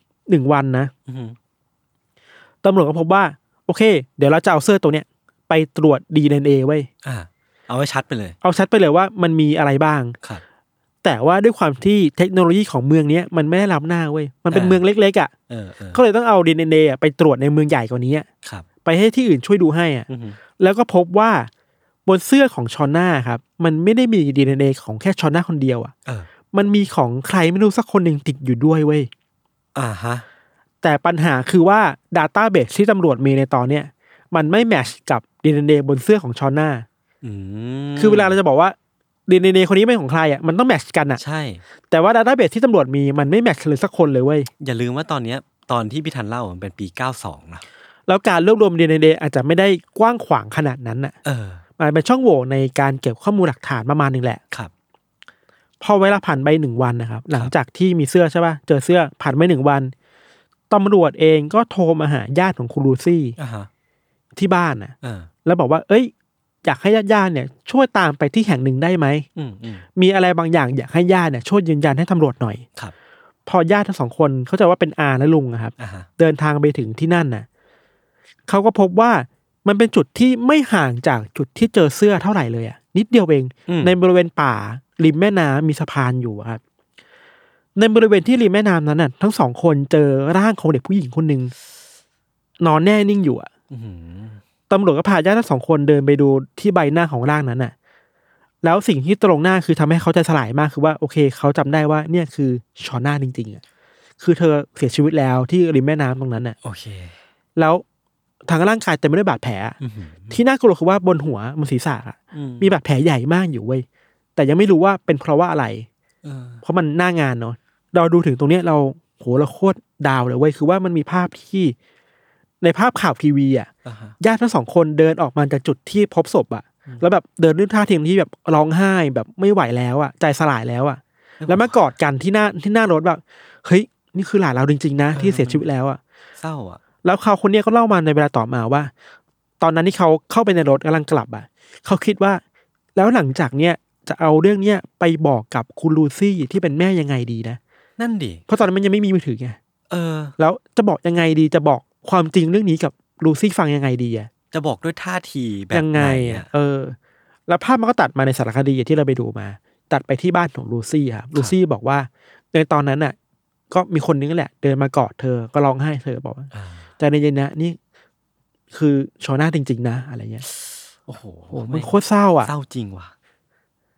1 วันนะตำรวจก็พบว่าโอเคเดี๋ยวเราจะเอาเสื้อตัวเนี้ยไปตรวจ DNA ไว้เอาไว้ชัดไปเลยเอาชัดไปเลยว่ามันมีอะไรบ้างแต่ว่าด้วยความที่เทคโนโลยีของเมืองนี้มันไม่ได้ล้ำหน้าเว้ยมันเป็นเมืองเล็กๆอ่ะเขาเลยต้องเอา DNA ไปตรวจในเมืองใหญ่กว่านี้ไปให้ที่อื่นช่วยดูให้อ่ะแล้วก็พบว่าบนเสื้อของชอนน่าครับมันไม่ได้มี DNA ของแค่ชอนน่าคนเดียวอ่ะมันมีของใครไม่รู้สักคนหนึ่งติดอยู่ด้วยเว้ยแต่ปัญหาคือว่า Database ที่ตำรวจมีในตอนเนี้ยมันไม่แมทช์กับ DNA บนเสื้อของชอนน่าคือเวลาเราจะบอกว่า DNA คนนี้ไม่ของใครอ่ะมันต้องแมทช์กันอ่ะใช่แต่ว่า Database ที่ตำรวจมีมันไม่แมทช์เลยสักคนเลยเว้ยอย่าลืมว่าตอนที่พี่ทันเล่ามันเป็นปี92นะแล้วการรวบรวม DNA อาจจะไม่ได้กว้างขวางขนาดนั้นน่ะมันเป็นช่องโหว่ในการเก็บข้อมูลหลักฐานประมาณนึงแหละครับพอเวลาผ่านไป1 วันนะครับหลังจากที่มีเสื้อใช่ป่ะเจอเสื้อผ่านไป1 วันตำรวจเองก็โทรมาหาญาติของคุณลูซี่ที่บ้านน่ะแล้วบอกว่าเอ้ยอยากให้ญาติเนี่ยช่วยตามไปที่แห่งหนึ่งได้ไหมมีอะไรบางอย่างอยากให้ญาติเนี่ยช่วยยืนยันให้ตำรวจหน่อยพอญาติทั้ง2 คนเขาจะว่าเป็นอาและลุงครับเดินทางไปถึงที่นั่นน่ะเขาก็พบว่ามันเป็นจุดที่ไม่ห่างจากจุดที่เจอเสื้อเท่าไหร่เลยอ่ะนิดเดียวเองในบริเวณป่าริมแม่น้ำมีสะพานอยู่ครับในบริเวณที่ริมแม่น้ำนั้นน่ะทั้ง2 คนเจอร่างของเด็กผู้หญิงคนหนึ่งนอนแน่นิ่งอยู่อ่ะตำรวจก็พาญาติทั้ง2 คนเดินไปดูที่ใบหน้าของร่างนั้นน่ะแล้วสิ่งที่ตรงหน้าคือทำให้เขาใจสลายมากคือว่าโอเคเขาจำได้ว่าเนี่ยคือชอนน่าจริงๆอ่ะคือเธอเสียชีวิตแล้วที่ริมแม่น้ำตรงนั้นน่ะโอเคแล้วทางร่างกายเต็มไปด้วยบาดแผลที่น่ากลัวคือว่าบนหัวบนศีรษะมีบาดแผลใหญ่มากอยู่เว้ยแต่ยังไม่รู้ว่าเป็นเพราะว่าอะไรเพราะมันหน้างานเนาะเราดูถึงตรงเนี้ยเราโคตรดาวเลยเว้ยคือว่ามันมีภาพที่ในภาพข่าวทีวีอ่ะญาติทั้ง2 คนเดินออกมาจากจุดที่พบศพอ่ะแล้วแบบเดินด้วยท่าทีที่แบบร้องไห้แบบไม่ไหวแล้วอ่ะใจสลายแล้วอ่ะแล้วมากอดกันที่หน้ารถแบบเฮ้ยนี่คือหลานเราจริงๆนะที่เสียชีวิตแล้วอ่ะเศร้าอ่ะแล้วเขาคนนี้ก็เล่ามาในเวลาต่อมาว่าตอนนั้นที่เขาเข้าไปในรถกำลังกลับอ่ะเขาคิดว่าแล้วหลังจากเนี้ยจะเอาเรื่องเนี้ยไปบอกกับคุณลูซี่ที่เป็นแม่ยังไงดีนะนั่นดิเพราะตอนนั้นมันยังไม่มีมือถือไงแล้วจะบอกยังไงดีจะบอกความจริงเรื่องนี้กับลูซี่ฟังยังไงดีอ่ะจะบอกด้วยท่าทีแบบยังไงอ่ะแล้วภาพมันก็ตัดมาในสารคดีที่เราไปดูมาตัดไปที่บ้านของลูซี่ครับลูซี่บอกว่าในตอนนั้นน่ะก็มีคนนึงแหละเดินมากอดเธอก็ร้องไห้เธอบอกว่าใจเย็นๆนะนี่คือชอนน่าจริงๆนะอะไรเงี้ยโอ้โหมันโคตรเศร้าอ่ะเศร้าจริงว่ะ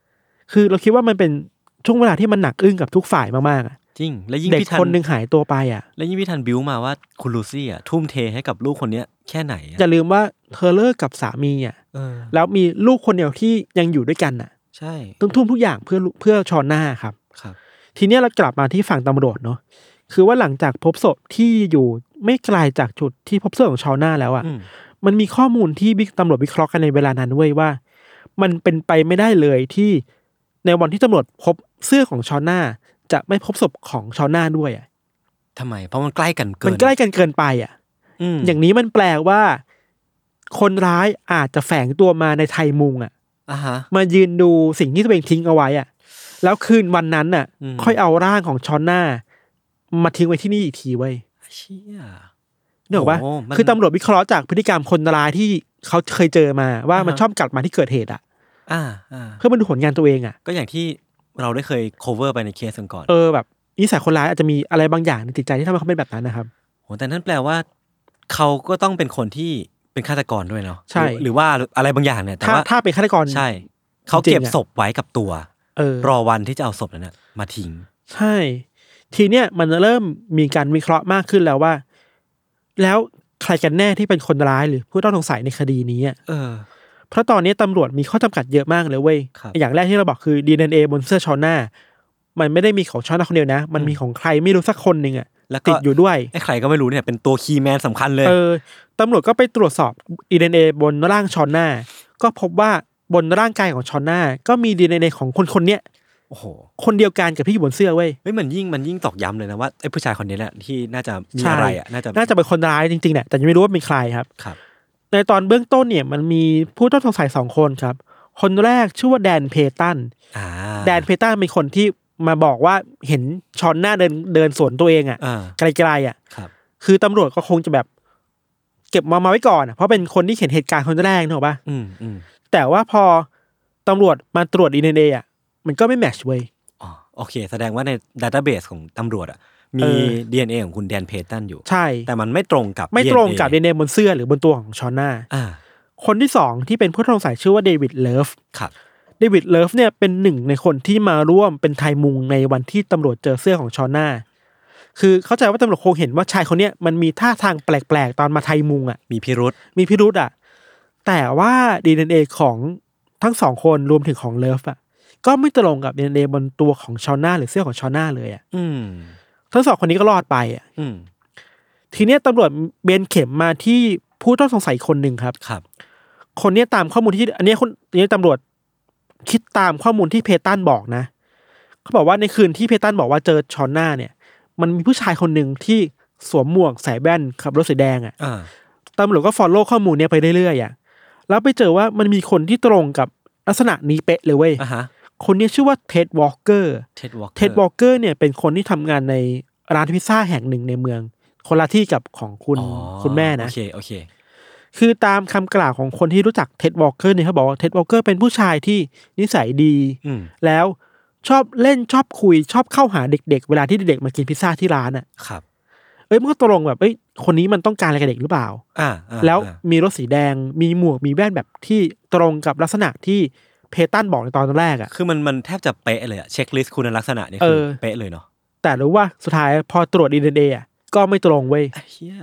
คือเราคิดว่ามันเป็นช่วงเวลาที่มันหนักอึ้งกับทุกฝ่ายมากๆอะจริงและยิ่งเด็กพี่ทันคนนึงหายตัวไปอ่ะและยิ่งพี่ทันบิ้วมาว่าคุณลูซี่อ่ะทุ่มเทให้กับลูกคนเนี้ยแค่ไหนอย่าลืมว่าเธอเลิกกับสามีอ่ะแล้วมีลูกคนเดียวที่ยังอยู่ด้วยกันอ่ะใช่ต้องทุ่มทุกอย่างเพื่อชอนน่าครับทีนี้เรากลับมาที่ฝั่งตำรวจเนาะคือว่าหลังจากพบศพที่อยู่ไม่ไกลจากจุดที่พบศพของชอนน่าแล้วอ่ะมันมีข้อมูลที่ตำรวจวิเคราะห์กันในเวลานั้นเว้ยว่ามันเป็นไปไม่ได้เลยที่ในวันที่ตำรวจพบเสื้อของชอนน่าจะไม่พบศพของชอนน่าด้วยอ่ะทำไมเพราะมันใกล้กันเกินมันใกล้กันเกินไปอ่ะอย่างนี้มันแปลว่าคนร้ายอาจจะแฝงตัวมาในไทยมุงอ่ะมายืนดูสิ่งที่ตัวเองทิ้งเอาไว้อ่ะแล้วคืนวันนั้นน่ะค่อยเอาร่างของชอนน่ามาทิ้งไว้ที่นี่อีกทีเว้ยเชี่ยนึกออกปะคือตำรวจวิเคราะห์จากพฤติกรรมคนร้ายที่เขาเคยเจอมาว่ามันชอบกลับมาที่เกิดเหตุอ่ะเพื่อมาดูผลงานตัวเองอ่ะก็อย่างที่เราได้เคย cover ไปในเคสก่อนแบบนิสัยคนร้ายอาจจะมีอะไรบางอย่างในจิตใจที่ทำให้เขาเป็นแบบนั้นนะครับโหแต่นั่นแปลว่าเขาก็ต้องเป็นคนที่เป็นฆาตกรด้วยเนาะใช่หรือว่าอะไรบางอย่างเนี่ยแต่ว่าถ้าเป็นฆาตกรใช่เขาเก็บศพไว้กับตัวรอวันที่จะเอาศพนั้นนะมาทิ้งใช่ทีเนี้ยมันเริ่มมีการวิเคราะห์มากขึ้นแล้วว่าแล้วใครกันแน่ที่เป็นคนร้ายหรือผู้ต้องสงสัยในคดีนี้เพราะตอนนี้ตำรวจมีข้อจำกัดเยอะมากเลยเว้ยอย่างแรกที่เราบอกคือ DNA บนเสื้อชอนน่ามันไม่ได้มีของชอนน่าคนเดียวนะมันมีของใครไม่รู้สักคนนึงอ่ะติดอยู่ด้วยไอ้ใครก็ไม่รู้เนี่ยเป็นตัวคีย์แมนสำคัญเลยตำรวจก็ไปตรวจสอบ DNA บนร่างชอนน่าก็พบว่าบนร่างกายของชอนน่าก็มี DNA ของคนเนี้ยโอ้โหคนเดียวกันกับที่อยู่บนเสื้อเว้ยเฮ้ยมันยิ่งตอกย้ำเลยนะว่าไอ้ผู้ชายคนนี้แหละที่น่าจะมีอะไรอ่ะน่าจะเป็นคนร้ายจริงๆแหละแต่ยังไม่รู้ว่าเป็นใครครับในตอนเบื้องต้นเนี่ยมันมีผู้ต้องสงสัย2คนครับคนแรกชื่อว่าแดนเพตันแดนเพตันเป็นคนที่มาบอกว่าเห็นชอนน่าเดินสวนตัวเองอ่ะไกลๆอ่ะคือตำรวจก็คงจะแบบเก็บมาไว้ก่อนเพราะเป็นคนที่เห็นเหตุการณ์คนแรกถูกป่ะแต่ว่าพอตำรวจมาตรวจ DNA อ่ะมันก็ไม่แมทช์เว้ยโอเคแสดงว่าในดัตต้าเบสของตำรวจอ่ะมี DNA ของคุณแดนเพตันอยู่ใช่แต่มันไม่ตรงกับ DNA บนเสื้อหรือบนตัวของชอนน่าคนที่2ที่เป็นผู้ต้องสงสัยชื่อว่าเดวิดเลิฟครับเดวิดเลิฟเนี่ยเป็นหนึ่งในคนที่มาร่วมเป็นไทยมุงในวันที่ตำรวจเจอเสื้อของชอนน่าคือเข้าใจว่าตำรวจคงเห็นว่าชายคนเนี้ยมันมีท่าทางแปลกๆตอนมาไทยมุงอ่ะมีพิรุธอ่ะแต่ว่า DNA ของทั้ง2คนรวมถึงของเลิฟอ่ะก็ไม่ตรงกับ DNA บนตัวของชอนน่าหรือเสื้อของชอนน่าเลยอ่ะทั้ง2คนนี้ก็รอดไปอ่ะทีเนี้ยตำรวจเบนเข็มมาที่ผู้ต้องสงสัยคนหนึ่งครับคนนี้ตามข้อมูลที่อันนี้ตำรวจคิดตามข้อมูลที่เพตันบอกนะเขาบอกว่าในคืนที่เพตันบอกว่าเจอชอนน่าเนี่ยมันมีผู้ชายคนหนึ่งที่สวมหมวกใส่แว่นขับรถสีแดงอ่ะตำรวจก็ฟอลโล่ข้อมูลนี้ไปเรื่อยๆอ่ะแล้วไปเจอว่ามันมีคนที่ตรงกับลักษณะนี้เป๊ะเลยเว้ยคนนี้ชื่อว่าเท็ดวอลเกอร์เนี่ยเป็นคนที่ทำงานในร้านพิซซ่าแห่งหนึ่งในเมืองคนละที่กับของคุณแม่นะโอเคคือตามคำกล่าวของคนที่รู้จักเท็ดวอลเกอร์เนี่ยเขาบอกว่าเท็ดวอลเกอร์เป็นผู้ชายที่นิสัยดีแล้วชอบเล่นชอบคุยชอบเข้าหาเด็กๆเวลาที่เด็กๆมากินพิซซ่าที่ร้านอ่ะครับมันก็ตรงแบบคนนี้มันต้องการอะไรกับเด็กหรือเปล่าแล้วมีรถสีแดงมีหมวกมีแว่นแบบที่ตรงกับลักษณะที่เพตันบอกในตอนแรกอ่ะคือมันแทบจะเป๊ะเลยอ่ะเช็คลิสต์คุณลักษณะนี่คือเป๊ะเลยเนาะแต่รู้ว่าสุดท้ายพอตรวจ DNA อ่ะก็ไม่ตรงเว้ย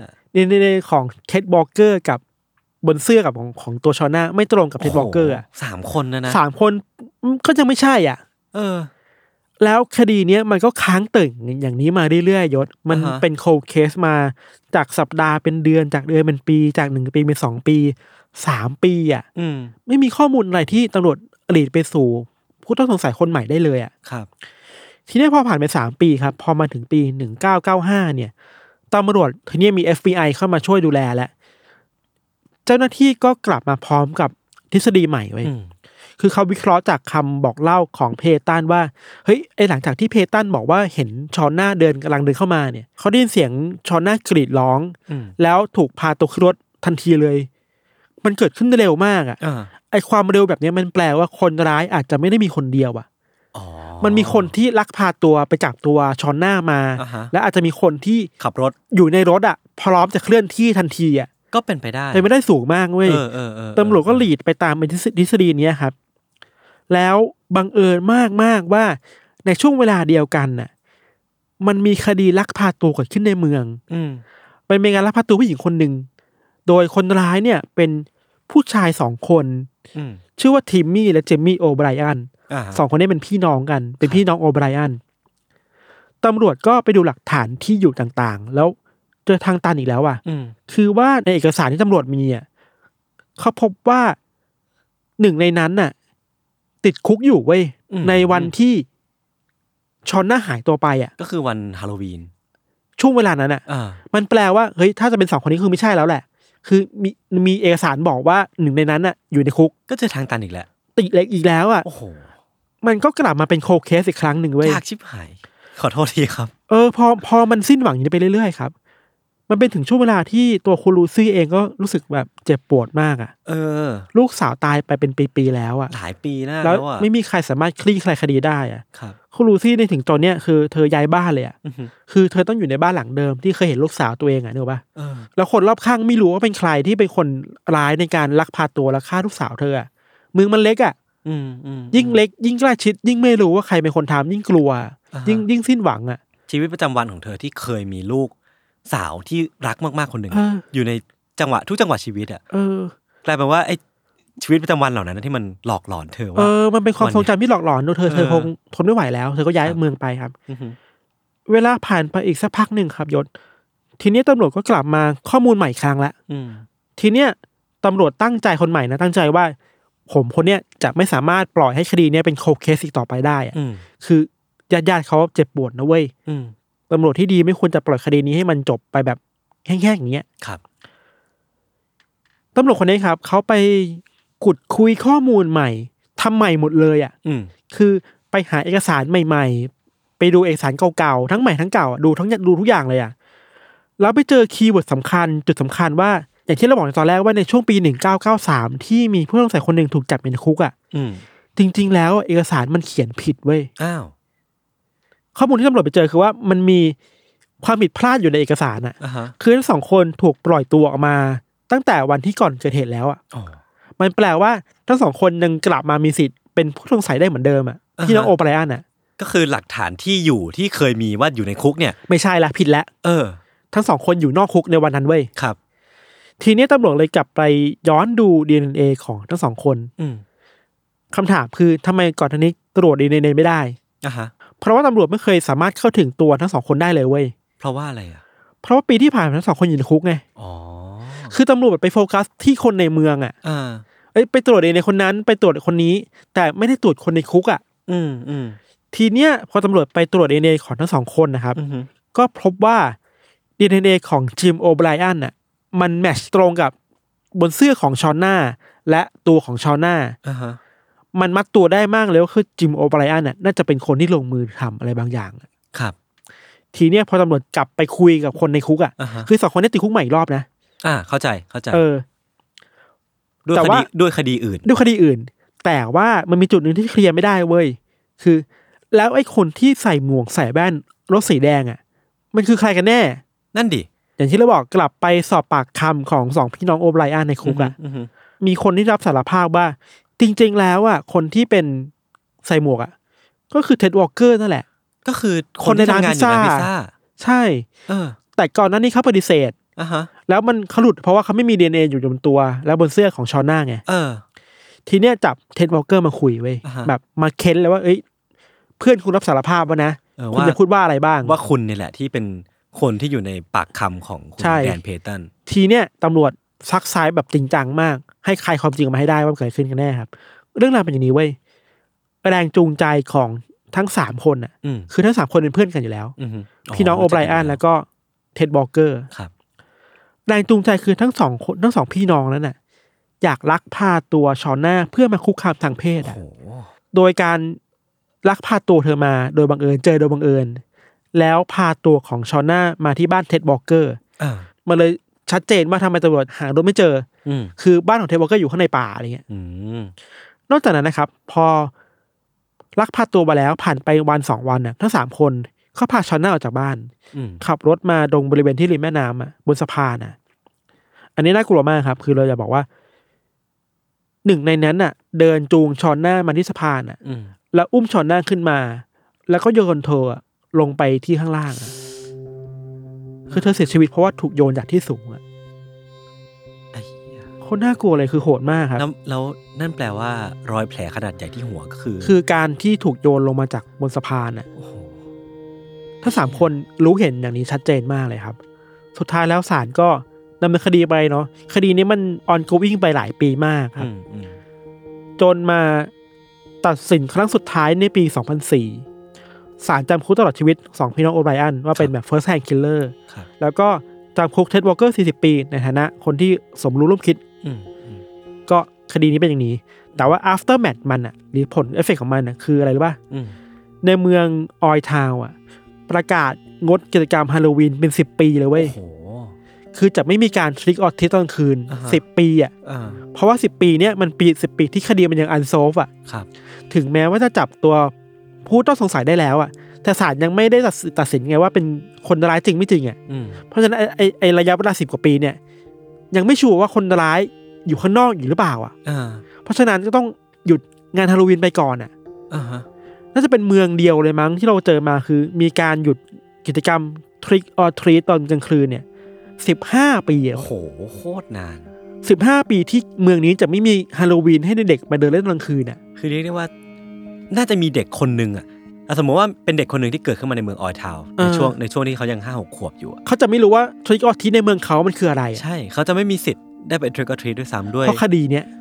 DNA ของเท็ดวอลเกอร์กับบนเสื้อกับของตัวชอนน่าไม่ตรงกับเท็ดวอลเกอร์อ่ะ 3คนนะ 3คนก็ยังไม่ใช่อ่ะแล้วคดีเนี้ยมันก็ค้างตึงอย่างนี้มาเรื่อยๆยศมันเป็นโคลด์เคสมาจากสัปดาห์เป็นเดือนจากเดือนเป็นปีจาก1 ปีเป็น2 ปี3 ปีอ่ะไม่มีข้อมูลอะไรที่ตำรวจลีดไปสู่ผู้ต้องสงสัยคนใหม่ได้เลยอ่ะครับทีนี้พอผ่านไป3 ปีครับพอมาถึงปี1995เนี่ยตำรวจทีนี้มี FBI เข้ามาช่วยดูแลแล้วเจ้าหน้าที่ก็กลับมาพร้อมกับทฤษฎีใหม่ไว้คือเขาวิเคราะห์จากคำบอกเล่าของเพตันว่าเฮ้ยหลังจากที่เพตันบอกว่าเห็นชอนน่ากำลังเดินเข้ามาเนี่ยเขาได้ยินเสียงชอนน่ากรีดร้องแล้วถูกพาตัวขึ้นรถทันทีเลยมันเกิดขึ้นเร็วมากอ่ะไอความเร็วแบบนี้มันแปลว่าคนร้ายอาจจะไม่ได้มีคนเดียวอ่ะมันมีคนที่ลักพาตัวไปจับตัวชอนน่ามาและอาจจะมีคนที่ขับรถอยู่ในรถอ่ะพร้อมจะเคลื่อนที่ทันทีอ่ะก็เป็นไปได้สูงมากเว้ยตำรวจก็ลีดไปตามทฤษฎีนี้ครับแล้วบังเอิญมากๆว่าในช่วงเวลาเดียวกันน่ะมันมีคดีลักพาตัวเกิดขึ้นในเมืองเป็นการลักพาตัวผู้หญิงคนหนึ่งโดยคนร้ายเนี่ยเป็นผู้ชาย2 คนชื่อว่าทิมมี่และเจมมี่โอไบรอัน2 คนนี้เป็นพี่น้องกันเป็นพี่น้องโอไบรอันตำรวจก็ไปดูหลักฐานที่อยู่ต่างๆแล้วเจอทางตันอีกแล้วอ่ะคือว่าในเอกสารที่ตำรวจมีอ่ะเขาพบว่าหนึ่งในนั้นน่ะติดคุกอยู่เว้ยในวันที่ชอนน่าหายตัวไปอ่ะก็คือวันฮาโลวีนช่วงเวลานั้นอ่ะมันแปลว่าเฮ้ยถ้าจะเป็น2 คนนี้คือไม่ใช่แล้วแหละคือมีเอกสารบอกว่าหนึ่งในนั้นน่ะอยู่ในคุกก็เจอทางตันอีกแล้วติดเล็กอีกแล้วอ่ะโอ้โหมันก็กลับมาเป็นโคเคสอีกครั้งหนึ่งเว้ยยากชิบหายขอโทษทีครับพอมันสิ้นหวังอย่างนี้ไปเรื่อยๆครับมันเป็นถึงช่วงเวลาที่ตัวคุณลูซี่เองก็รู้สึกแบบเจ็บปวดมากอ่ะลูกสาวตายไปเป็นปีๆแล้วอ่ะหลายปีแล้วไม่มีใครสามารถคลี่คลายคดีได้อ่ะคุณลูซี่ในถึงตอนเนี้ยคือเธอย้ายบ้านเลยอ่ะคือเธอต้องอยู่ในบ้านหลังเดิมที่เคยเห็นลูกสาวตัวเองอ่ะนึกป่ะแล้วคนรอบข้างไม่รู้ว่าเป็นใครที่เป็นคนร้ายในการลักพาตัวและฆ่าลูกสาวเธออ่ะเมืองมันเล็กอ่ะยิ่งเล็กยิ่งใกล้ชิดยิ่งไม่รู้ว่าใครเป็นคนทำยิ่งกลัวยิ่งสิ้นหวังอ่ะชีวิตประจำวันของเธอที่เคยมีลูกสาวที่รักมากๆคนหนึ่งอยู่ในจังหวะทุกจังหวะชีวิตอ่ะกลายเป็นว่าไอ้ชีวิตประจำวันเหล่านั้นที่มันหลอกหลอนเธอว่ามันเป็นความทรงจำที่หลอกหลอนเธอคงทนไม่ไหวแล้วเธอก็ย้ายเมืองไปครับเวลาผ่านไปอีกสักพักหนึ่งครับยศทีนี้ตำรวจก็กลับมาข้อมูลใหม่ครั้งละทีเนี้ยตำรวจตั้งใจคนใหม่นะตั้งใจว่าผมคนเนี้ยจะไม่สามารถปล่อยให้คดีเนี้ยเป็นโคลด์เคสอีกต่อไปได้อ่ะคือญาติเขาเจ็บปวดนะเว้ยตำรวจที่ดีไม่ควรจะปล่อยคดีนี้ให้มันจบไปแบบแห้งๆอย่างเงี้ยครับตำรวจคนนี้ครับเขาไปขุดคุยข้อมูลใหม่ทำใหม่หมดเลยอ่ะคือไปหาเอกสารใหม่ๆไปดูเอกสารเก่าๆทั้งใหม่ทั้งเก่าดูทุกอย่างเลยอ่ะแล้วไปเจอคีย์เวิร์ดสำคัญจุดสำคัญว่าอย่างที่เราบอกในตอนแรกว่าในช่วงปี1993ที่มีผู้ต้องสงสัยคนหนึ่งถูกจับในคุกอ่ะจริงๆแล้วเอกสารมันเขียนผิดเว้ยข้อมูลที่ตำรวจไปเจอคือว่ามันมีความผิดพลาดอยู่ในเอกสารอ่ะคือทั้ง2 คนถูกปล่อยตัวออกมาตั้งแต่วันที่ก่อนเกิดเหตุแล้วอ่ะมันแปลว่าทั้ง2 คนยังกลับมามีสิทธิ์เป็นผู้ต้องสงสัยได้เหมือนเดิมอ่ะที่น้องโอไบรอันอ่ะก็คือหลักฐานที่อยู่ที่เคยมีว่าอยู่ในคุกเนี่ยไม่ใช่ละผิดแล้วทั้ง2 คนอยู่นอกคุกในวันนั้นเว้ยครับทีนี้ตำรวจเลยกลับไปย้อนดู DNA ของทั้ง2 คนคำถามคือทำไมก่อนหน้านี้ตรวจ DNA ไม่ได้เพราะว่าตำรวจไม่เคยสามารถเข้าถึงตัวทั้ง2 คนได้เลยเว้ยเพราะว่าอะไรอ่ะเพราะว่าปีที่ผ่านมาทั้ง2 คนอยู่ในคุกไงคือตำรวจไปโฟกัสที่คนในเมืองอ่ะไปตรวจในคนนั้นไปตรวจคนนี้แต่ไม่ได้ตรวจคนในคุกอ่ะทีเนี้ยพอตำรวจไปตรวจ DNA ของทั้ง2 คนนะครับก็พบว่า DNA ของจิมโอไบรอันน่ะมันแมทช์ตรงกับบนเสื้อของชอนน่าและตัวของชอนน่ามันมัดตัวได้มากเลยว่าคือจิมโอไบรอันน่ะน่าจะเป็นคนที่ลงมือทำอะไรบางอย่างครับทีเนี้ยพอตำรวจกลับไปคุยกับคนในคุกอ่ะคือ2 คนนี้ติดคุกใหม่อีกรอบนะเข้าใจด้วยคดีอื่นแต่ว่ามันมีจุดนึงที่เคลียร์ไม่ได้เว้ยคือแล้วไอ้คนที่ใส่หมวกใส่แว่นรถสีแดงอ่ะมันคือใครกันแน่นั่นดิอย่างที่เราบอกกลับไปสอบปากคำของ2 พี่น้องโอไบรอันในคุกอ่ะมีคนที่รับสารภาพว่าจริงๆแล้วอ่ะคนที่เป็นใส่หมวกอ่ะก็คือเท็ดวอลเกอร์นั่นแหละก็คือคนในร้านพิซซ่าใช่แต่ก่อนหน้านี้เขาปฏิเสธแล้วมันเขาหลุดเพราะว่าเขาไม่มี DNA อยู่บนตัวแล้วบนเสื้อของชอนน่าไงทีเนี้ยจับเท็ดวอลเกอร์มาคุยเว้ยแบบมาเค้นเลยว่าเอ้ยเพื่อนคุณรับสารภาพว่านะคุณจะพูดว่าอะไรบ้างว่าคุณนี่แหละที่เป็นคนที่อยู่ในปากคำของคุณแดนเพตันทีเนี้ยตำรวจซักซ้ายแบบจริงจังมากให้คลายความจริงมาให้ได้ว่าเกิดขึ้นกันแน่ครับเรื่องราวเป็นอย่างนี้เว้ยแรงจูงใจของทั้ง3 คนอ่ะคือทั้ง3 คนเป็นเพื่อนกันอยู่แล้วพี่น้องโอไบรอันแล้วก็เท็ดวอลเกอร์แรงจูงใจคือทั้ง2 พี่น้องนั้นน่ะอยากลักพาตัวชอนน่าเพื่อมาคุกคามทางเพศอ่ะโดยการลักพาตัวเธอมาโดยบังเอิญเจอโดยบังเอิญแล้วพาตัวของชอนน่ามาที่บ้านเท็ดวอลเกอร์มาเลยชัดเจนว่าทำไมตำรวจหาโดยไม่เจอคือบ้านของเท็ดวอลเกอร์อยู่ข้างในป่าอะไรเงี้ยนอกจากนั้นนะครับพอลักพาตัวมาแล้วผ่านไปวัน2 วันน่ะทั้ง3 คนเขาพาชอนน่าออกจากบ้านขับรถมาตรงบริเวณที่ริมแม่น้ำบนสะพานน่ะอันนี้น่ากลัวมากครับคือเราจะบอกว่าหนึ่งในนั้นน่ะเดินจูงชอนน่ามาที่สะพานอ่ะแล้วอุ้มชอนน่าขึ้นมาแล้วก็โยนเธอลงไปที่ข้างล่างอ่ะคือเธอเสียชีวิตเพราะว่าถูกโยนจากที่สูงอ่ะโคตรน่ากลัวเลยคือโหดมากครับแล้วนั่นแปลว่ารอยแผลขนาดใหญ่ที่หัวก็คือการที่ถูกโยนลงมาจากบนสะพานอ่ะถ้า3คนรู้เห็นอย่างนี้ชัดเจนมากเลยครับสุดท้ายแล้วศาลก็ดำเนินคดีไปเนาะคดีนี้มันongoingไปหลายปีมากครับจนมาตัดสินครั้งสุดท้ายในปี 2004 ศาลจำคุกตลอดชีวิต2พี่น้องโอไบรอันว่าเป็นแบบ first hand killer แล้วก็จำคุกเท็ดวอลเกอร์40 ปีในฐานะคนที่สมรู้ร่วมคิดก็คดีนี้เป็นอย่างนี้แต่ว่า aftermath มันอ่ะหรือผลเอฟเฟกต์ของมันอ่ะคืออะไรรู้ป่ะในเมืองออยทาวน์อ่ะประกาศงดกิจกรรมฮาโลวีนเป็น10 ปีเลยเว้ยคือจะไม่มีการทริกออร์ทิสตอนคืน10 ปีอ่ะเพราะว่า10 ปีเนี้ยมันปี10 ปีที่คดีมันยังอันโซฟอ่ะถึงแม้ว่าจะจับตัวผู้ต้องสงสัยได้แล้วอ่ะแต่ศาลยังไม่ได้ตัดสินไงว่าเป็นคนร้ายจริงไม่จริงอ่ะเพราะฉะนั้นไอระยะเวลา10 กว่าปีเนี่ยยังไม่ชัวร์ว่าคนร้ายอยู่ข้างนอกอยู่หรือเปล่าอ่ะเพราะฉะนั้นก็ต้องหยุดงานฮาโลวีนไปก่อนอ่ะน่าจะเป็นเมืองเดียวเลยมั้งที่เราเจอมาคือมีการหยุดกิจกรรมทริกออร์ทรีตตอนกลางคืนเนี่ย15 ปีอ่ะโอ้โหโคตรนาน 15 ปีที่เมืองนี้จะไม่มีฮาโลวีนให้เด็กมาเดินเล่นกลางคืนน่ะคือเรียกได้ว่าน่าจะมีเด็กคนนึงอ่ะสมมติว่าเป็นเด็กคนนึงที่เกิดขึ้นมาในเมืองออยทาวน์ในช่วงที่เขายัง 5-6 ขวบอยู่เขาจะไม่รู้ว่าทริกออร์ทรีตในเมืองเขามันคืออะไรใช่เขาจะไม่มีสิทธิ์ได้ไปทริกออร์ทรีตด้วยซ้ำด้วยเพราะคดีเนี้ย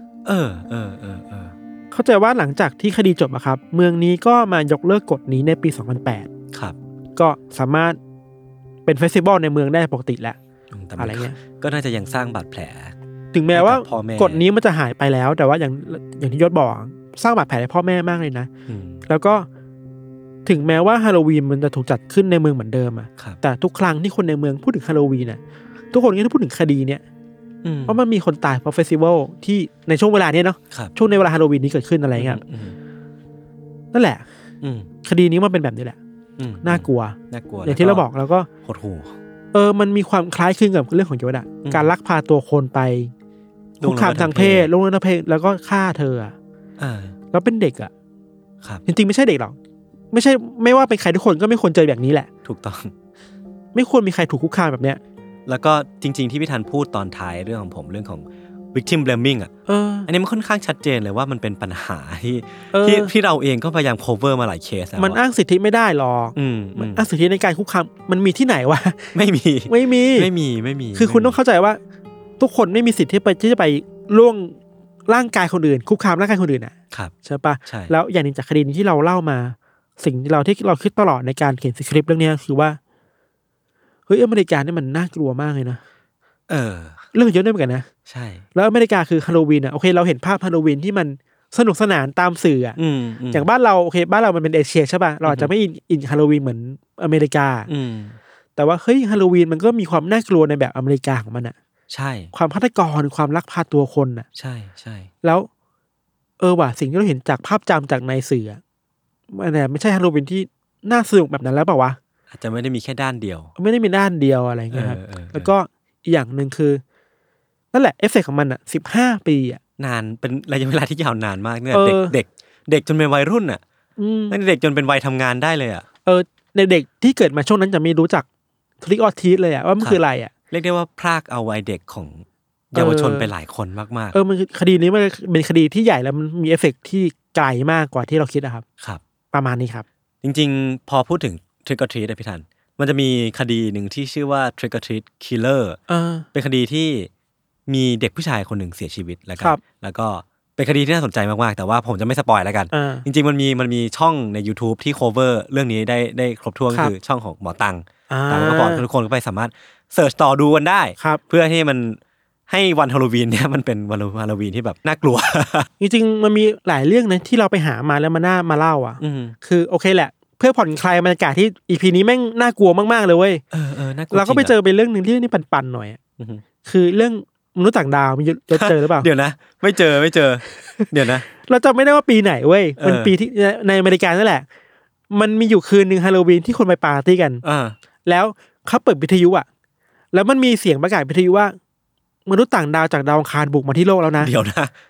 เข้าใจว่าหลังจากที่คดีจบอะครับเมืองนี้ก็มายกเลิกกฎนี้ในปี 2008 ครับก็สามารถเป็นเฟสติวัลในเมืองได้ปกติแล้วอะไรเงี้ยก็น่าจะยังสร้างบาดแผลถึงแม้ว่ากฎนี้มันจะหายไปแล้วแต่ว่าอย่างที่ยศบอกสร้างบาดแผลให้พ่อแม่มากเลยนะแล้วก็ถึงแม้ว่าฮาโลวีนมันจะถูกจัดขึ้นในเมืองเหมือนเดิมอะแต่ทุกครั้งที่คนในเมืองพูดถึงฮาโลวีนน่ะทุกคนก็จะพูดถึงคดีเนี้ยเพราะมันมีคนตายเพราะเฟสติวัลที่ในช่วงเวลานี้เนาะช่วงในเวลาฮาโลวีนนี้เกิดขึ้นอะไรเงี้ยนั่นแหละคดีนี้มันเป็นแบบนี้แหละน่ากลัวอย่างที่เราบอกแล้วก็โหดหู่มันมีความคล้ายคลึงกับเรื่องของโยดะการลักพาตัวคนไปคุกคามทางเพศล่วงละเมิดทางเพศแล้วก็ฆ่าเธอแล้วเป็นเด็กจริงๆไม่ใช่เด็กหรอกไม่ว่าเป็นใครทุกคนก็ไม่ควรเจอแบบนี้แหละถูกต้องไม่ควรมีใครถูกคุกคามแบบเนี้ยแล้วก็จริงๆที่พี่ธันพูดตอนท้ายเรื่องของผมเรื่องของ victim blaming อันนี้มันค่อนข้างชัดเจนเลยว่ามันเป็นปัญหาที่เราเองก็พยายาม cover มาหลายเคสแล้วมันอ้างสิทธิไม่ได้หรอกมันอ้างสิทธิในการคุกคามมันมีที่ไหนวะไม่มีคือคุณต้องเข้าใจว่าทุกคนไม่มีสิทธิที่จะไปล่วงร่างกายคนอื่นคุกคามร่างกายคนอื่นใช่ปะแล้วอย่างนึงจากคดีนี้ที่เราเล่ามาสิ่งที่เราคิดตลอดในการเขียนสคริปต์เรื่องนี้คือว่าเฮ้ยอเมริกานี่มันน่ากลัวมากเลยนะเรื่องเยอะด้วยเหมือนกันนะใช่แล้วอเมริกาคือฮาโลวีนโอเคเราเห็นภาพฮาโลวีนที่มันสนุกสนานตามสื่ออย่างบ้านเราโอเคบ้านเรามันเป็นเอเชียใช่ป่ะเราอาจจะไม่อินฮาโลวีนเหมือนอเมริกาแต่ว่าเฮ้ยฮาโลวีนมันก็มีความน่ากลัวในแบบอเมริกาของมันใช่ความฆาตกรความลักพาตัวคนใช่แล้วว่ะสิ่งที่เราเห็นจากภาพจำจากในสื่อมันไม่ใช่ฮาโลวีนที่น่าสนุกแบบนั้นแล้วเปล่าวะอาจจะไม่ได้มีแค่ด้านเดียวไม่ได้มีด้านเดียวอะไรเงี้ยครับแล้วก็อีกอย่างนึงคือนั่นแหละเอฟเฟกต์ของมัน15 ปีนานเป็นระยะเวลาที่ยาวนานมากเนี่ยเด็กจนเป็นวัยรุ่นเด็กจนเป็นวัยทำงานได้เลยในเด็กที่เกิดมาช่วงนั้นจะไม่รู้จักทริกออร์ทีสเลยว่ามันคืออะไรเรียกได้ว่าพรากเอาวัยเด็กของเยาวชนไปหลายคนมากๆมันคดีนี้มันเป็นคดีที่ใหญ่แล้วมันมีเอฟเฟกต์ที่ไกลมากกว่าที่เราคิดครับประมาณนี้ครับจริงๆพอพูดถึง Trick or Treat พี่ทันมันจะมีคดีหนึ่งที่ชื่อว่า Trick or Treat Killer เป็นคดีที่มีเด็กผู้ชายคนหนึ่งเสียชีวิตแล้วก็เป็นคดีที่น่าสนใจมากๆแต่ว่าผมจะไม่สปอยแล้วกันจริงๆมันมีช่องใน YouTube ที่ cover เรื่องนี้ได้ครบถ้วนคือช่องของหมอตังก็บอกทุกคนก็ไปสามารถเสิร์ชต่อดูกันได้เพื่อที่มันให้วันฮาโลวีนเนี่ยมันเป็นวันฮาโลวีนที่แบบน่ากลัวจริงๆมันมีหลายเรื่องนะที่เราไปหามาแล้วมาเล่าคือโอเคแหละเพื่อผ่อนคลายบรรยากาศที่ EP นี้แม่งน่ากลัวมากๆเลยเว้ยน่ากลัวเราก็ไปเจอไปเรื่องนึงที่นี่ปั่นๆหน่อยคือเรื่องมนุษย์ต่างดาวมีจะเจอหรือเปล่าเดี๋ยวนะไม่เจอเดี๋ยวนะเราจำไม่ได้ว่าปีไหนเว้ยมันปีที่ในอเมริกานั่นแหละมันมีอยู่คืนนึงฮาโลวีนที่คนไปปาร์ตี้กันแล้วเขาเปิดวิทยุแล้วมันมีเสียงประกาศวิทยุว่ามนุษย์ต่างดาวจากดาวอังคารบุกมาที่โลกแล้วนะเดี๋ยวนะ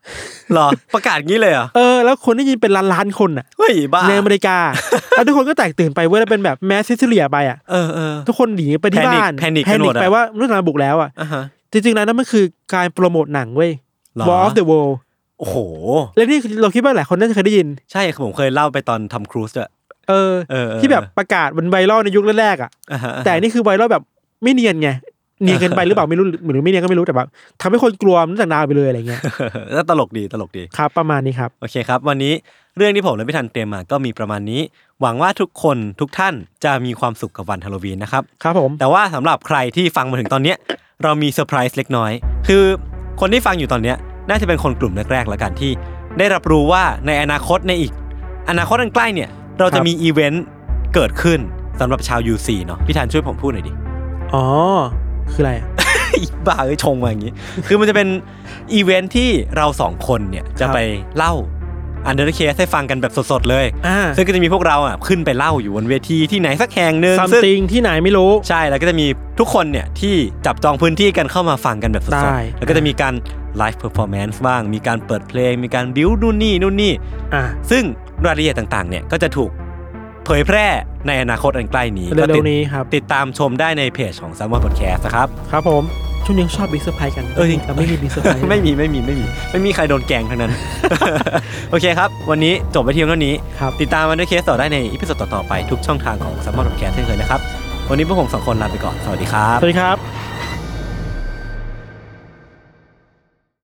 หรอประกาศงี้เลยเหรอแล้วคนได้ยินเป็นล้านๆคนอ่ะเฮ้ยบ้าในอเมริกาแล้วทุกคนก็แตกตื่นไปเว้ยแล้วเป็นแบบแมสซิสเลียไปอ่ะทุกคนหนีไปที่บ้านแพนิคไปว่าเรื่องการบุกแล้วอ่ะจริงๆแล้วนั่นมันคือการโปรโมทหนังเว้ย War of the World โอ้โหแล้วนี่เราคิดว่าหลายคนน่าจะเคยได้ยินใช่ผมเคยเล่าไปตอนทำครูซด้วยที่แบบประกาศมันไวรัลในยุคแรกๆอ่ะแต่นี่คือไวรัลแบบไม่เนียนไงเนียนเกินไปหรือเปล่าไม่รู้หรือไม่เนียนก็ไม่รู้แต่แบบทำให้คนกลัวมันจากดาวไปเลยอะไรเงี้ยแล้วตลกดีครับประมาณนี้ครับโอเคครับวันนี้เรื่องที่ผมและพี่ทันเตรียมมาก็มีประมาณนี้หวังว่าทุกคนทุกท่านจะมีความสุขกับวันฮาโลวีนนะครับครับผมแต่ว่าสำหรับใครที่ฟังมาถึงตอนเนี้ยเรามีเซอร์ไพรส์เล็กน้อยคือคนที่ฟังอยู่ตอนเนี้ยน่าจะเป็นคนกลุ่มแรกๆแล้วกันที่ได้รับรู้ว่าในอนาคตในอีกอนาคตอันใกล้เนี่ยเราจะมีอีเวนต์เกิดขึ้นสำหรับชาว UC เนาะพี่ทันช่วยผมพูดหน่อยดิอ๋อคืออะไรบ้าชงมาอย่างงี้คือมันจะเป็นอีเวนต์ที่เรา2คนเนี่ยจะไปเล่าอันเดอร์เคสให้ฟังกันแบบสดๆเลยซึ่งก็จะมีพวกเราอ่ะขึ้นไปเล่าอยู่บนเวทีที่ไหนสักแห่งนึงซึ่งที่ไหนไม่รู้ใช่แล้วก็จะมีทุกคนเนี่ยที่จับจองพื้นที่กันเข้ามาฟังกันแบบสดๆแล้วก็จะมีการไลฟ์เพอร์ฟอร์แมนซ์บ้างมีการเปิดเพลงมีการบิ้วนู่นนี่ซึ่งรายละเอียดต่างๆเนี่ยก็จะถูกเผยแพร่ในอนาคตอันใกล้นี้เร็วๆนี้ครับติดตามชมได้ในเพจของ Salmon Podcast นะครับครับผมช่วงนี้ชอบบิ๊กเซอร์ไพรส์กันแต่ไม่มีบิ๊กเซอร์ไพรส์ไม่มีใครโดนแกล้งทั้งนั้น โอเคครับวันนี้จบไปเพียงเท่านี้ติดตามวันด้วยเคสต่อได้ในอีพิโซดต่อๆไปทุกช่องทางของ Salmon Podcast เช่นเคยนะครับวันนี้พวกผม2คนลาไปก่อนสวัสดีครับสวัสดีครับ